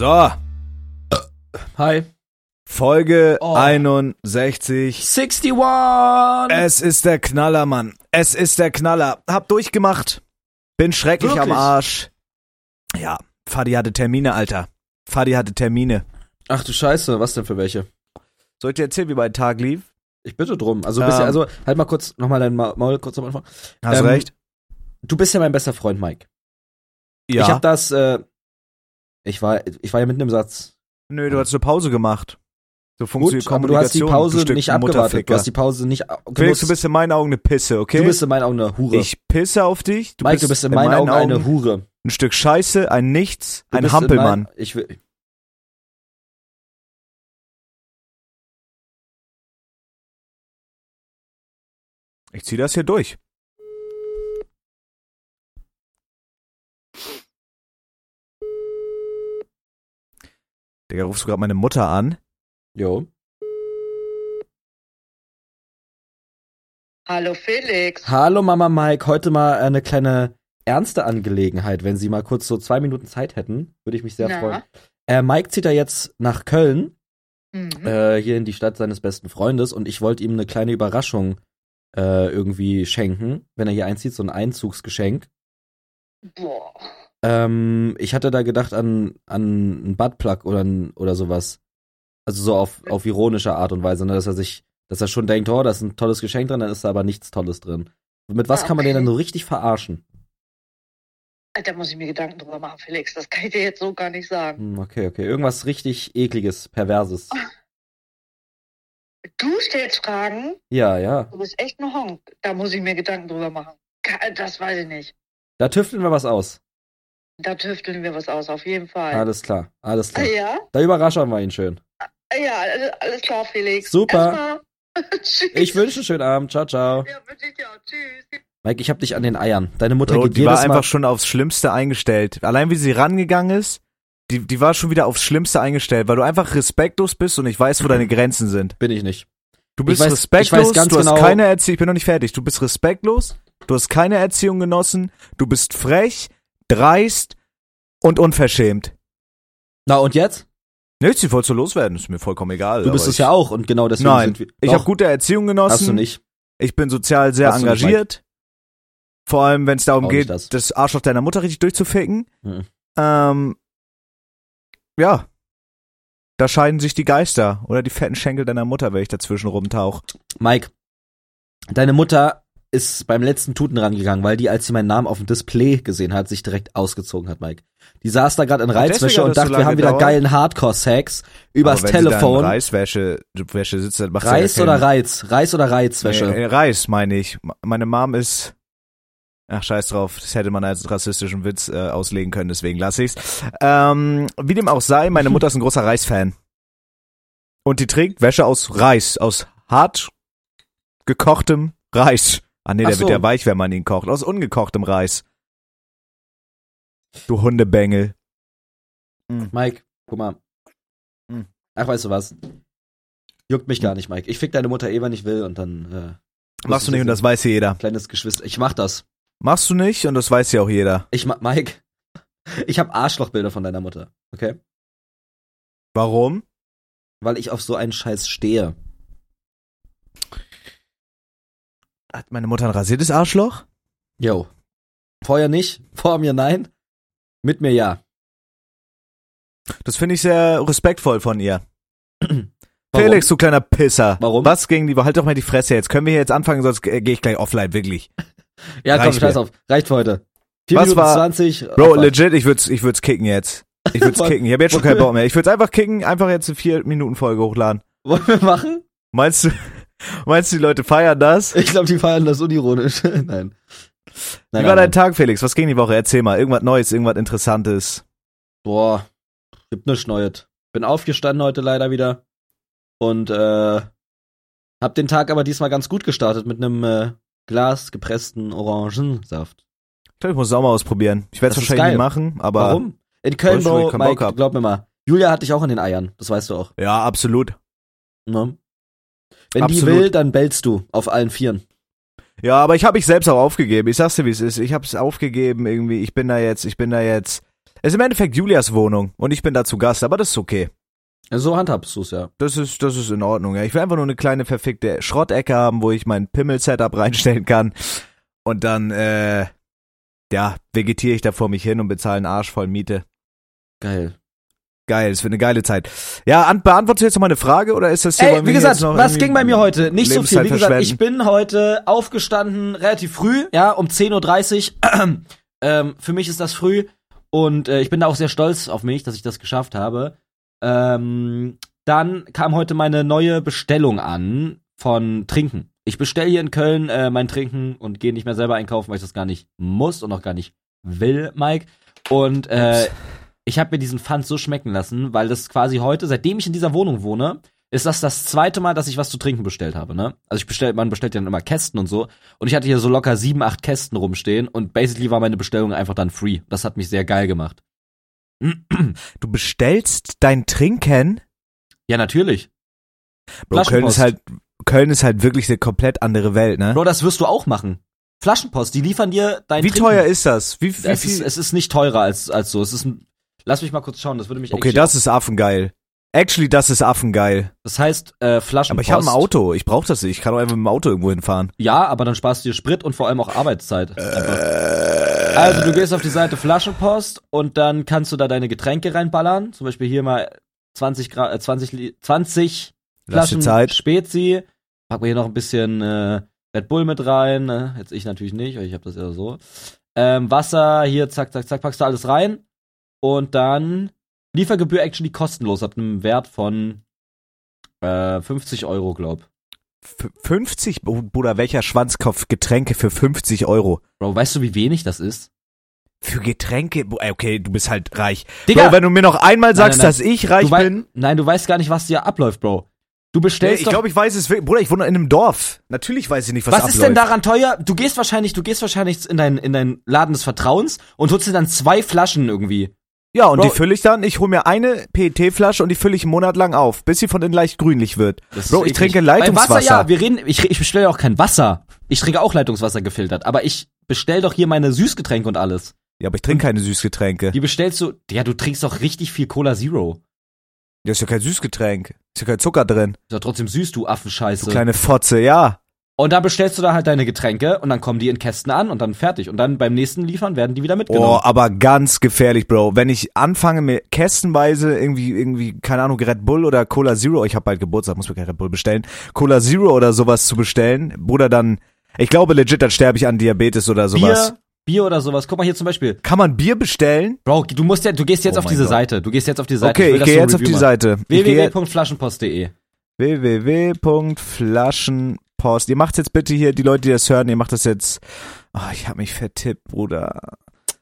So, Hi. Folge 61. 61! Es ist der Knaller, Mann. Es ist der Knaller. Hab durchgemacht. Bin schrecklich Wirklich? am Arsch. Ja, Fadi hatte Termine, Alter. Fadi hatte Termine. Ach du Scheiße, was denn für welche? Soll ich dir erzählen, wie mein Tag lief? Ich bitte drum. Also, halt mal kurz, nochmal dein Maul kurz am Anfang. Hast recht. Du bist ja mein bester Freund, Mike. Ja. Ich hab das, ich war ja mitten im Satz. Nö, du hast eine Pause gemacht. So funktioniert Gut, aber du hast die Kommunikation. Pause du nicht Stück abgewartet. Mutterficker. Du hast die Pause nicht genutzt. Felix, du bist in meinen Augen eine Pisse, okay? Du bist in meinen Augen eine Hure. Ich pisse auf dich. Mike, du bist in meinen Augen eine Hure. ein Stück Scheiße, ein Nichts, Du ein bist Hampelmann. Ich zieh das hier durch. Digga, rufst du gerade meine Mutter an? Jo. Hallo Felix. Hallo Mama Mike, heute mal eine kleine ernste Angelegenheit. Wenn Sie mal kurz so 2 Minuten Zeit hätten, würde ich mich sehr freuen. Mike zieht ja jetzt nach Köln, hier in die Stadt seines besten Freundes, und ich wollte ihm eine kleine Überraschung irgendwie schenken, wenn er hier einzieht, so ein Einzugsgeschenk. Boah. Ich hatte da gedacht an einen Buttplug oder sowas. Also so auf ironische Art und Weise, ne? Dass er schon denkt, oh, da ist ein tolles Geschenk drin, dann ist da aber nichts Tolles drin. Mit was kann man den dann so richtig verarschen? Da muss ich mir Gedanken drüber machen, Felix. Das kann ich dir jetzt so gar nicht sagen. Okay. Irgendwas richtig Ekliges, Perverses. Du stellst Fragen? Ja. Du bist echt ein Honk. Da muss ich mir Gedanken drüber machen. Das weiß ich nicht. Da tüfteln wir was aus. Da tüfteln wir was aus, auf jeden Fall. Alles klar. Ja? Da überraschen wir ihn schön. Ja, alles klar, Felix. Super. Tschüss. Ich wünsche einen schönen Abend. Ciao. Ja, wünsche ich dir auch. Tschüss. Mike, ich hab dich an den Eiern. Deine Mutter Bro, geht die war jedes Mal... einfach schon aufs Schlimmste eingestellt. Allein wie sie rangegangen ist, die war schon wieder aufs Schlimmste eingestellt, weil du einfach respektlos bist und ich weiß, wo deine Grenzen sind. Bin ich nicht. Du bist Ich weiß respektlos, ganz du hast genau- keine Erziehung, ich bin noch nicht fertig, du bist respektlos, du hast keine Erziehung genossen, du bist frech, dreist und unverschämt. Na, und jetzt? Nichts, ich wollte so loswerden, ist mir vollkommen egal. Du bist aber es ja auch, und genau deswegen Nein, sind wir... ich Doch, habe gute Erziehung genossen. hast du nicht. Ich bin sozial sehr Hast du nicht, engagiert. Vor allem, wenn es darum Auch geht, nicht das Arschloch deiner Mutter richtig durchzuficken. Mhm. Ja. Da scheiden sich die Geister. Oder die fetten Schenkel deiner Mutter, wenn ich dazwischen rumtauch. Mike, deine Mutter ist beim letzten Tuten rangegangen, weil die, als sie meinen Namen auf dem Display gesehen hat, sich direkt ausgezogen hat, Mike. Die saß da gerade in Reizwäsche deswegen hat und das so dachte, wir lange haben wieder gedauert? geilen Hardcore-Sex übers Aber wenn Telefon. sie da in Reiswäsche sitzt, dann macht Reis sie ja oder keinen- Reiz? Reis oder Reizwäsche? Nee, Reis, meine ich. Meine Mom ist... Ach, scheiß drauf. Das hätte man als rassistischen Witz auslegen können, deswegen lasse ich's. Wie dem auch sei, meine Mutter ist ein großer Reis-Fan. Und die trägt Wäsche aus Reis. Aus hart gekochtem Reis. Ah nee, Ach der so. wird ja weich, wenn man ihn kocht. Aus ungekochtem Reis. Du Hundebengel. Mike, guck mal. Mhm. Ach, weißt du was? Juckt mich gar nicht, Mike. Ich fick deine Mutter wenn ich will, und dann Machst du nicht und das weiß hier jeder. kleines Geschwister. Ich mach das. Machst du nicht und das weiß ja auch jeder. Mike, ich hab Arschlochbilder von deiner Mutter, okay? Warum? Weil ich auf so einen Scheiß stehe. Hat meine Mutter ein rasiertes Arschloch? Yo. Vorher nicht, vor mir nein, mit mir ja. Das finde ich sehr respektvoll von ihr. Warum? Felix, du kleiner Pisser. Warum? Was gegen die... Halt doch mal die Fresse jetzt. Können wir hier jetzt anfangen, sonst gehe ich gleich offline, wirklich. Ja, komm, reicht scheiß mir. auf. Reicht für heute. 4 Was Minuten war- 20. Bro, Abfahrt. legit, ich würd's kicken jetzt. Ich würd's kicken. Ich habe jetzt schon keinen Bock mehr. Ich würd's einfach kicken, einfach jetzt eine 4-Minuten-Folge hochladen. Wollen wir machen? Meinst du, die Leute feiern das? Ich glaube, die feiern das unironisch. Nein. Wie war dein Tag, Felix? Was ging die Woche? Erzähl mal. Irgendwas Neues, irgendwas Interessantes. Boah, gibt nichts Neues. Bin aufgestanden heute leider wieder. Und hab den Tag aber diesmal ganz gut gestartet mit einem Glas gepressten Orangensaft. Ich glaube, ich muss es auch mal ausprobieren. Ich werde es Das ist wahrscheinlich geil. nie machen, aber... Warum? In Köln, Weil ich Bro, keinen Bock Mike, hab. glaub mir mal. Julia hat dich auch in den Eiern, das weißt du auch. Ja, absolut. Ne? Wenn Absolut. die will, dann bellst du auf allen Vieren. Ja, aber ich habe mich selbst auch aufgegeben. Ich sag's dir, wie es ist. Ich habe es aufgegeben irgendwie. Ich bin da jetzt Es ist im Endeffekt Julias Wohnung und ich bin da zu Gast, aber das ist okay. So handhabst du's, ja. Das ist in Ordnung, ja. Ich will einfach nur eine kleine verfickte Schrottecke haben, wo ich mein Pimmel-Setup reinstellen kann. Und dann, vegetiere ich da vor mich hin und bezahle einen Arsch voll Miete. Geil. Geil, es wird eine geile Zeit. Ja, beantwortest du jetzt noch mal eine Frage oder ist das hier? Ey, wie gesagt, was ging bei mir heute? Nicht so viel. Wie gesagt, verschwenden? ich bin heute aufgestanden relativ früh, ja, um 10:30 Uhr. Für mich ist das früh und ich bin da auch sehr stolz auf mich, dass ich das geschafft habe. Dann kam heute meine neue Bestellung an von Trinken. Ich bestelle hier in Köln mein Trinken und gehe nicht mehr selber einkaufen, weil ich das gar nicht muss und auch gar nicht will, Mike. Und ich habe mir diesen Pfand so schmecken lassen, weil das quasi heute, seitdem ich in dieser Wohnung wohne, ist das zweite Mal, dass ich was zu trinken bestellt habe, ne? Also man bestellt ja dann immer Kästen und so. Und ich hatte hier so locker 7, 8 Kästen rumstehen und basically war meine Bestellung einfach dann free. Das hat mich sehr geil gemacht. Du bestellst dein Trinken? Ja, natürlich. Bro, Köln ist halt wirklich eine komplett andere Welt, ne? Bro, das wirst du auch machen. Flaschenpost, die liefern dir dein Trinken. Wie teuer ist das? Wie viel? Es ist nicht teurer als so. Lass mich mal kurz schauen, das würde mich Okay, das ist affengeil. Actually, das ist affengeil. Das heißt, Flaschenpost. Aber ich habe ein Auto, ich brauche das nicht. Ich kann doch einfach mit dem Auto irgendwo hinfahren. Ja, aber dann sparst du dir Sprit und vor allem auch Arbeitszeit. Also du gehst auf die Seite Flaschenpost und dann kannst du da deine Getränke reinballern. Zum Beispiel hier mal 20 Flaschen Spezi. Packen wir hier noch ein bisschen Red Bull mit rein. Ne? Jetzt ich natürlich nicht, weil ich habe das ja so. Wasser, hier zack, zack, zack, packst du alles rein. Und dann Liefergebühr actually kostenlos, ab einem Wert von 50 Euro, glaub. 50? Bruder, welcher Schwanzkopf Getränke für 50 Euro? Bro, weißt du, wie wenig das ist? Für Getränke? Okay, du bist halt reich. Digga, Bro, wenn du mir noch einmal sagst, dass ich reich bin. Nein, du weißt gar nicht, was hier abläuft, Bro. Du bestellst ich glaube, ich weiß es wirklich. Bruder, ich wohne in einem Dorf. Natürlich weiß ich nicht, was abläuft. Was ist denn daran teuer? Du gehst wahrscheinlich in dein Laden des Vertrauens und holst dir dann 2 Flaschen irgendwie. Ja, und Bro, die fülle ich dann. Ich hole mir eine PET-Flasche und die fülle ich einen Monat lang auf, bis sie von innen leicht grünlich wird. Bro, ich trinke Leitungswasser. Bei Wasser, ja, ich bestelle ja auch kein Wasser. Ich trinke auch Leitungswasser gefiltert, aber ich bestell doch hier meine Süßgetränke und alles. Ja, aber ich trinke keine Süßgetränke. Die bestellst du, ja, du trinkst doch richtig viel Cola Zero. Ja, ist ja kein Süßgetränk. Ist ja kein Zucker drin. Ist ja trotzdem süß, du Affenscheiße. Du kleine Fotze, ja. Und dann bestellst du da halt deine Getränke und dann kommen die in Kästen an und dann fertig. Und dann beim nächsten Liefern werden die wieder mitgenommen. Oh, aber ganz gefährlich, Bro. Wenn ich anfange mir kästenweise irgendwie, keine Ahnung, Red Bull oder Cola Zero, ich habe bald Geburtstag, muss mir kein Red Bull bestellen, Cola Zero oder sowas zu bestellen, Bruder, dann, ich glaube legit, dann sterbe ich an Diabetes oder sowas. Bier oder sowas. Guck mal hier zum Beispiel. Kann man Bier bestellen? Bro, du gehst jetzt auf diese Seite. Du gehst jetzt auf die Seite. Okay, ich gehe jetzt auf die Seite. www.flaschenpost.de www.flaschenpost. Ihr macht jetzt bitte hier, die Leute, die das hören, ihr macht das jetzt. Oh, ich habe mich vertippt, Bruder.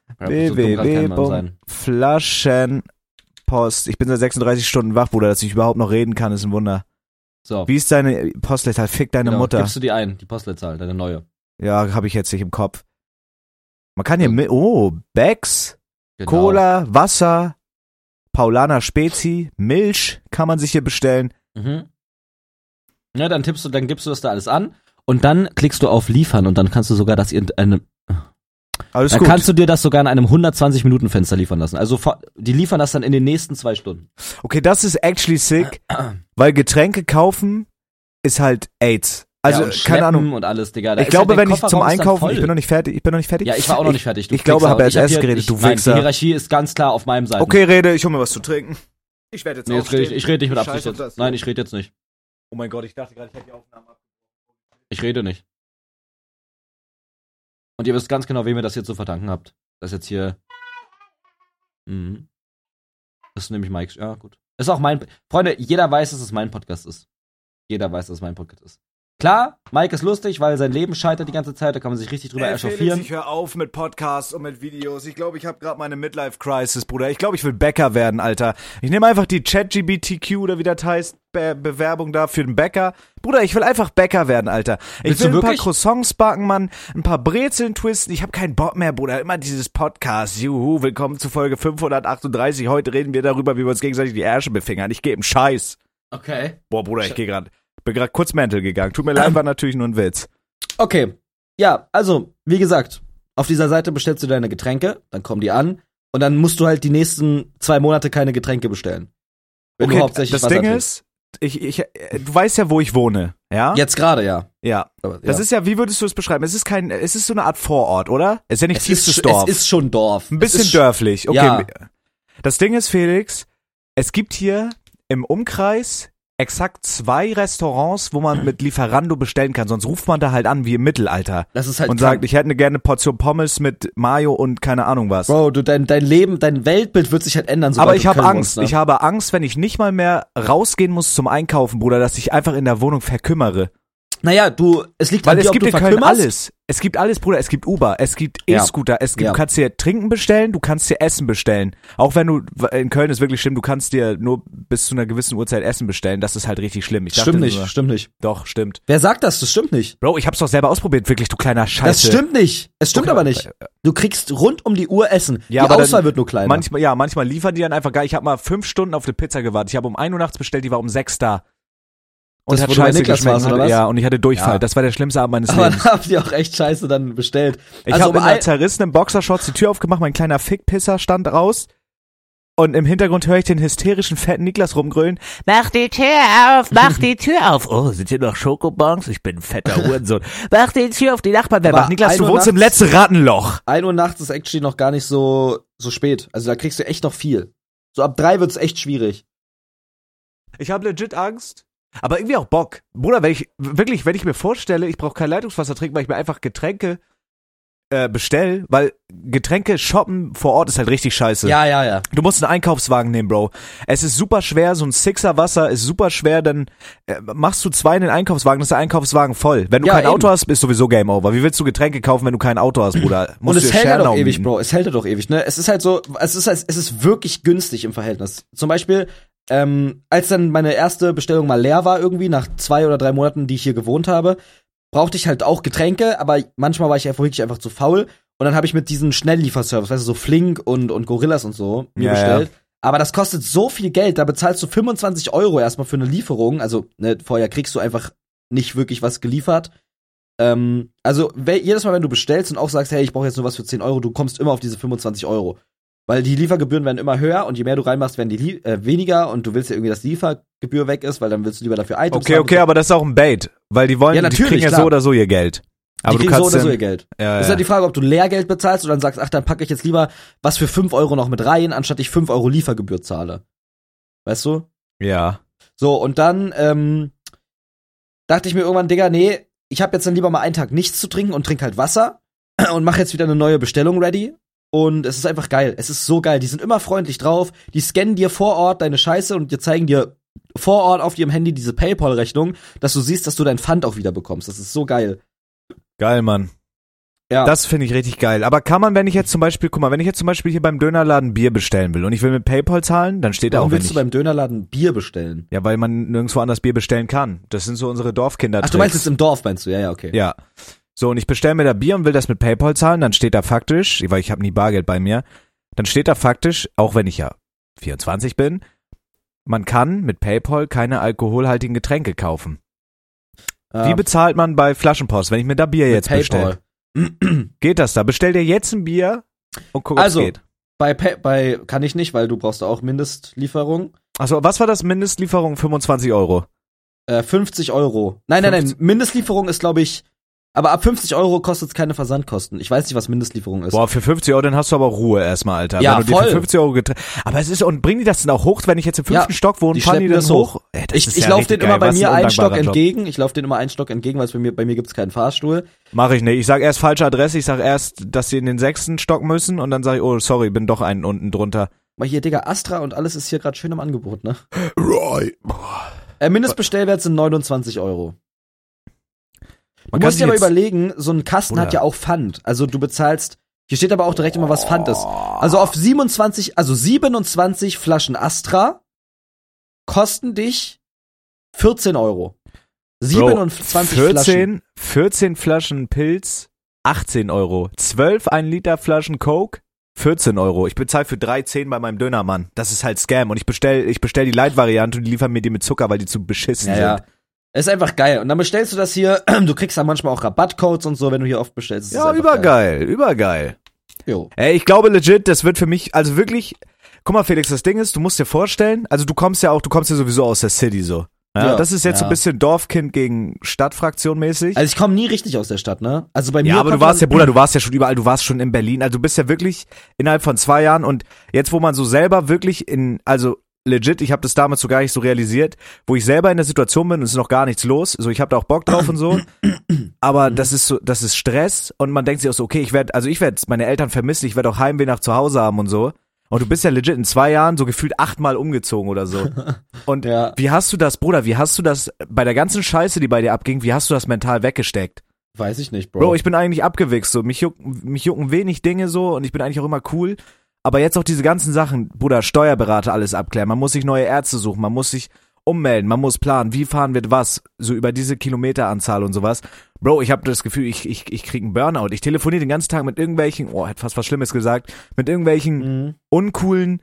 www.flaschenpost. Ich bin seit 36 Stunden wach, Bruder, dass ich überhaupt noch reden kann, ist ein Wunder. So. Wie ist deine Postleitzahl? Fick deine Mutter. Gibst du die ein, die Postleitzahl, deine neue. Ja, habe ich jetzt nicht im Kopf. Man kann hier Becks, Genau. Cola, Wasser, Paulaner Spezi, Milch kann man sich hier bestellen. Mhm. Ja, dann gibst du das da alles an und dann klickst du auf Liefern und dann kannst du sogar kannst du dir das sogar in einem 120-Minuten-Fenster liefern lassen. Also die liefern das dann in den nächsten 2 Stunden. Okay, das ist actually sick, weil Getränke kaufen ist halt AIDS. Also, ja, keine Ahnung. Und alles, Digga. Da ich glaube, halt wenn ich zum Einkaufen, ich bin noch nicht fertig. Ja, ich war auch noch nicht fertig. Ich glaube, habe erst geredet, du Wichser. Die Hierarchie ist ganz klar auf meinem Seite. Okay, rede, ich hol mir was zu trinken. Ich werde jetzt aufstehen. Ich rede nicht mit Absicht jetzt. Nein, ich rede jetzt nicht. Oh mein Gott, ich dachte gerade, ich hätte die Aufnahme ab. Ich rede nicht. Und ihr wisst ganz genau, wem ihr das jetzt zu verdanken habt. Das jetzt hier. Das ist nämlich Mike. Ja, gut. Ist auch mein. Freunde, jeder weiß, dass es mein Podcast ist. Jeder weiß, dass es mein Podcast ist. Klar, Mike ist lustig, weil sein Leben scheitert die ganze Zeit, da kann man sich richtig drüber echauffieren. Ich höre auf mit Podcasts und mit Videos. Ich glaube, ich habe gerade meine Midlife-Crisis, Bruder. Ich glaube, ich will Bäcker werden, Alter. Ich nehme einfach die ChatGPTQ oder wie das heißt, Bewerbung da für den Bäcker. Bruder, ich will einfach Bäcker werden, Alter. Ich will ein paar Croissants backen, Mann, ein paar Brezeln twisten. Ich habe keinen Bock mehr, Bruder. Immer dieses Podcast. Juhu, willkommen zu Folge 538. Heute reden wir darüber, wie wir uns gegenseitig die Ärsche befingern. Ich gebe einen Scheiß. Okay. Boah, Bruder, ich bin gerade kurz mental gegangen. Tut mir leid, war natürlich nur ein Witz. Okay. Ja, also, wie gesagt, auf dieser Seite bestellst du deine Getränke, dann kommen die an Und dann musst du halt die nächsten 2 Monate keine Getränke bestellen. Wenn du hauptsächlich das Wasser Ding trinkst. ist, du weißt ja, wo ich wohne, ja? Jetzt gerade, ja. Ja. Aber, Das ist ja, wie würdest du es beschreiben? Es ist so eine Art Vorort, oder? Es ist ja nicht tiefstes Dorf. Es ist schon Dorf. Ein bisschen dörflich, okay. Ja. Das Ding ist, Felix, es gibt hier im Umkreis exakt 2 Restaurants, wo man mit Lieferando bestellen kann. Sonst ruft man da halt an wie im Mittelalter. Das ist halt und sagt, ich hätte gerne eine Portion Pommes mit Mayo und keine Ahnung was. Bro, dein Leben, dein Weltbild wird sich halt ändern. Aber ich habe Angst. Wohnst, ne? Ich habe Angst, wenn ich nicht mal mehr rausgehen muss zum Einkaufen, Bruder, dass ich einfach in der Wohnung verkümmere. Naja, es liegt Weil an dir, es ob gibt du in Köln verkümmerst. alles. Es gibt alles, Bruder. Es gibt Uber, es gibt Ja. E-Scooter, du Ja. kannst dir Trinken bestellen, du kannst dir Essen bestellen. Auch wenn in Köln ist wirklich schlimm, du kannst dir nur bis zu einer gewissen Uhrzeit Essen bestellen. Das ist halt richtig schlimm. Ich dachte Stimmt nicht, nur, stimmt nicht. Doch, stimmt. Wer sagt das? Das stimmt nicht. Bro, ich hab's doch selber ausprobiert, wirklich, du kleiner Scheiße. Das stimmt nicht. Es stimmt Okay, aber nicht. Du kriegst rund um die Uhr Essen. Ja, die aber Auswahl dann wird nur kleiner. Manchmal liefern die dann einfach gar. Ich habe mal 5 Stunden auf eine Pizza gewartet. Ich habe um 1 Uhr nachts bestellt, die war um 6 da. Und Das, hat wo du bei scheiße Niklas geschmeckt. warst, oder was? Ja, und ich hatte Durchfall. Ja. Das war der schlimmste Abend meines Aber Lebens. da habt ihr auch echt scheiße dann bestellt. Ich Also habe um in einer zerrissenen Boxershorts die Tür aufgemacht, mein kleiner Fickpisser stand raus. Und im Hintergrund höre ich den hysterischen, fetten Niklas rumgrölen. Mach die Tür auf, mach die Tür auf. Oh, sind hier noch Schokobons? Ich bin ein fetter Hurensohn. Mach die Tür auf, die Nachbarn werden Aber wach. Niklas, 1 du Uhr wohnst im nachts- letzten Rattenloch. 1 Uhr nachts ist actually noch gar nicht so spät. Also da kriegst du echt noch viel. So ab 3 wird's echt schwierig. Ich habe legit Angst. Aber irgendwie auch Bock. Bruder, wenn ich mir vorstelle, ich brauche kein Leitungswasser trinken, weil ich mir einfach Getränke bestell, weil Getränke shoppen vor Ort ist halt richtig scheiße. Ja. Du musst einen Einkaufswagen nehmen, Bro. Es ist super schwer, so ein Sixer Wasser ist super schwer, dann machst du 2 in den Einkaufswagen, ist der Einkaufswagen voll. Wenn du Ja, kein eben. Auto hast, ist sowieso Game Over. Wie willst du Getränke kaufen, wenn du kein Auto hast, Bruder? Und es dir hält ja Schernau doch ewig, mieten. Bro. Es hält ja doch ewig, ne? Es ist halt so, es ist wirklich günstig im Verhältnis. Zum Beispiel, als dann meine erste Bestellung mal leer war irgendwie, nach 2 oder 3 Monaten, die ich hier gewohnt habe, brauchte ich halt auch Getränke, aber manchmal war ich wirklich einfach zu faul. Und dann habe ich mit diesen Schnelllieferservice, weißt du, so Flink und Gorillas und so, mir bestellt. Ja. Aber das kostet so viel Geld, da bezahlst du 25 € erstmal für eine Lieferung. Also, ne, vorher kriegst du einfach nicht wirklich was geliefert. Also, jedes Mal, wenn du bestellst und auch sagst, hey, ich brauche jetzt nur was für 10 €, du kommst immer auf diese 25 €. Weil die Liefergebühren werden immer höher und je mehr du reinmachst, werden die weniger und du willst ja irgendwie, dass die Liefergebühr weg ist, weil dann willst du lieber dafür Items haben. Okay, aber das ist auch ein Bait, weil die wollen, die kriegen ja so oder so ihr Geld. Aber die du kriegen kannst so oder so ihr Geld. Ja, das ist halt die Frage, ob du Lehrgeld bezahlst oder dann sagst, ach, dann packe ich jetzt lieber was für 5 € noch mit rein, anstatt ich 5 € Liefergebühr zahle. Weißt du? Ja. So, und dann dachte ich mir irgendwann, Digga, nee, ich habe jetzt dann lieber mal einen Tag nichts zu trinken und trink halt Wasser und mache jetzt wieder eine neue Bestellung ready. Und es ist einfach geil. Es ist so geil. Die sind immer freundlich drauf. Die scannen dir vor Ort deine Scheiße und die zeigen dir vor Ort auf ihrem Handy diese PayPal-Rechnung, dass du siehst, dass du dein Pfand auch wieder bekommst. Das ist so geil. Geil, Mann. Ja. Das finde ich richtig geil. Aber kann man, wenn ich jetzt zum Beispiel hier beim Dönerladen Bier bestellen will und ich will mit PayPal zahlen, dann steht da auch, Warum wenn willst du beim Dönerladen Bier bestellen? Ja, weil man nirgendwo anders Bier bestellen kann. Das sind so unsere Dorfkinder. Ach, du meinst jetzt im Dorf, meinst du? Ja, okay. Ja. So, und ich bestelle mir da Bier und will das mit PayPal zahlen, dann steht da faktisch, weil ich habe nie Bargeld bei mir, dann steht da faktisch, auch wenn ich ja 24 bin, man kann mit PayPal keine alkoholhaltigen Getränke kaufen. Wie bezahlt man bei Flaschenpost, wenn ich mir da Bier jetzt bestelle? Geht das da? Bestell dir jetzt ein Bier und guck, ob es geht. Bei kann ich nicht, weil du brauchst auch Mindestlieferung. Achso, was war das? Mindestlieferung? 25 €. 50 €. Nein. Mindestlieferung ist, glaube ich, aber ab 50 € kostet es keine Versandkosten. Ich weiß nicht, was Mindestlieferung ist. Boah, für 50 € dann hast du aber Ruhe erstmal, Alter. Ja, wenn du voll. dir für 50 € aber es ist, und bringen die das denn auch hoch, wenn ich jetzt im 5. Stock wohne, fahren die das hoch? Ich laufe den immer bei mir einen Stock entgegen. Ich laufe den immer einen Stock entgegen, weil es bei mir gibt's keinen Fahrstuhl. Mach ich nicht. Ich sag erst falsche Adresse, ich sag erst, dass sie in den 6. Stock müssen und dann sag ich, oh, sorry, bin doch einen unten drunter. Mal hier, Digga, Astra und alles ist hier gerade schön im Angebot, ne? Right. Mindestbestellwert sind 29 €. Du Man musst dir kann aber jetzt überlegen, so ein Kasten hat ja auch Pfand. Also du bezahlst, hier steht aber auch direkt immer, was Pfand ist. Also auf 27 Flaschen Astra kosten dich 14 €. 27 Flaschen. 14 Flaschen Pilz, 18 €. 12 1 Liter Flaschen Coke, 14 €. Ich bezahle für 3,10 bei meinem Dönermann. Das ist halt Scam. Und ich bestell die Light-Variante und die liefern mir die mit Zucker, weil die zu beschissen sind. Ja. Ist einfach geil. Und dann bestellst du das hier, du kriegst dann manchmal auch Rabattcodes und so, wenn du hier oft bestellst. Ja, übergeil. Jo. Ey, ich glaube legit, das wird für mich, also wirklich, guck mal Felix, das Ding ist, du musst dir vorstellen, also du kommst ja sowieso aus der City so. Ja, das ist jetzt so ein bisschen Dorfkind gegen Stadtfraktion mäßig. Also ich komme nie richtig aus der Stadt, ne? Also bei mir. Ja, aber du warst ja schon überall, du warst schon in Berlin, also du bist ja wirklich innerhalb von 2 Jahren und jetzt, wo man so selber wirklich also legit, ich habe das damals so gar nicht so realisiert, wo ich selber in der Situation bin und es ist noch gar nichts los, so ich habe da auch Bock drauf und so, aber das ist Stress und man denkt sich auch so, okay, ich werde meine Eltern vermissen, ich werde auch Heimweh nach zu Hause haben und so. Und du bist ja legit in 2 Jahren so gefühlt 8-mal umgezogen oder so. Und Wie hast du das, Bruder, bei der ganzen Scheiße, die bei dir abging, wie hast du das mental weggesteckt? Weiß ich nicht, Bro. Bro, ich bin eigentlich abgewichst, so. Mich jucken wenig Dinge so und ich bin eigentlich auch immer cool. Aber jetzt auch diese ganzen Sachen, Bruder, Steuerberater alles abklären. Man muss sich neue Ärzte suchen, man muss sich ummelden, man muss planen, wie fahren wir was, so über diese Kilometeranzahl und sowas. Bro, ich habe das Gefühl, ich krieg einen Burnout. Ich telefoniere den ganzen Tag mit irgendwelchen, hätte fast was Schlimmes gesagt, mit irgendwelchen uncoolen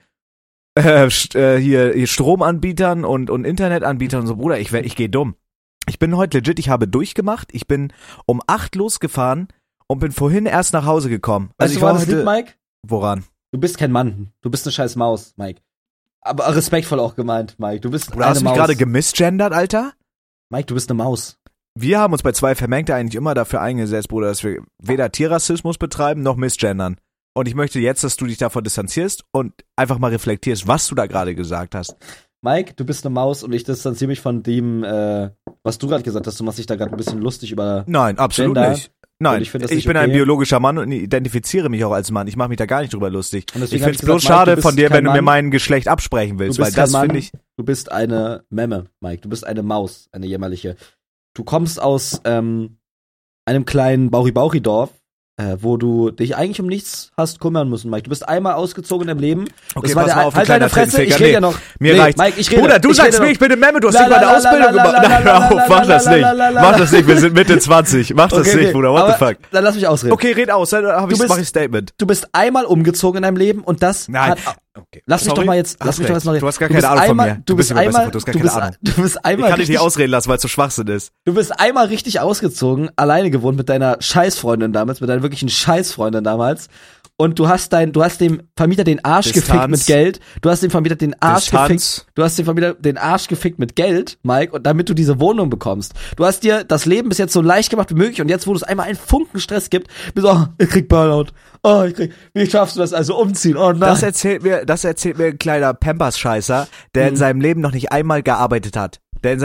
hier Stromanbietern und Internetanbietern und so. Bruder, ich gehe dumm. Ich bin heute legit, ich habe durchgemacht. Ich bin um 8 losgefahren und bin vorhin erst nach Hause gekommen. Also ich war das liegt, Mike? Woran? Du bist kein Mann. Du bist eine scheiß Maus, Mike. Aber respektvoll auch gemeint, Mike. Du bist eine Maus. Hast du mich gerade gemisgendert, Alter? Mike, du bist eine Maus. Wir haben uns bei 2 Vermengte eigentlich immer dafür eingesetzt, Bruder, dass wir weder Tierrassismus betreiben, noch misgendern. Und ich möchte jetzt, dass du dich davon distanzierst und einfach mal reflektierst, was du da gerade gesagt hast. Mike, du bist eine Maus und ich distanziere mich von dem, was du gerade gesagt hast. Du machst dich da gerade ein bisschen lustig über Nein, absolut Gender. nicht. Nein, ich bin ein biologischer Mann und identifiziere mich auch als Mann. Ich mache mich da gar nicht drüber lustig. Ich finde es bloß schade von dir, wenn du mir mein Geschlecht absprechen willst, weil das finde ich... Du bist eine Memme, Mike. Du bist eine Maus, eine jämmerliche. Du kommst aus einem kleinen Bauchi-Dorf, wo du dich eigentlich um nichts hast kümmern müssen, Mike. Du bist einmal ausgezogen in deinem Leben. Okay, das war pass mal auf, halt deine Fresse, ich rede ja noch. Mir reicht's. Mike, ich rede. Bruder, du sagst mir, ich bin eine Memme, du hast nicht mal eine Ausbildung gemacht. Nein, hör auf, mach das nicht. Mach das nicht, wir sind Mitte 20. Mach das nicht, Bruder, what the fuck. Dann lass mich ausreden. Okay, red aus, dann mach ich ein Statement. Du bist einmal umgezogen in deinem Leben und das hat... Okay. Lass mich doch mal jetzt noch reden. Du hast gar keine Ahnung von mir. Du bist einmal ich kann dich nicht ausreden lassen, weil es so Schwachsinn ist. Du bist einmal richtig ausgezogen, alleine gewohnt mit deiner Scheißfreundin damals, mit deiner wirklichen Scheißfreundin damals. Und du hast dem Vermieter den Arsch gefickt mit Geld. Du hast dem Vermieter den Arsch gefickt. Du hast dem Vermieter den Arsch gefickt mit Geld, Mike, und damit du diese Wohnung bekommst. Du hast dir das Leben bis jetzt so leicht gemacht wie möglich und jetzt, wo es einmal einen Funken Stress gibt, bist du, ich krieg Burnout. Wie schaffst du das also umziehen? Oh nein. Das erzählt mir ein kleiner Pampers-Scheißer, der in seinem Leben noch nicht einmal gearbeitet hat. Der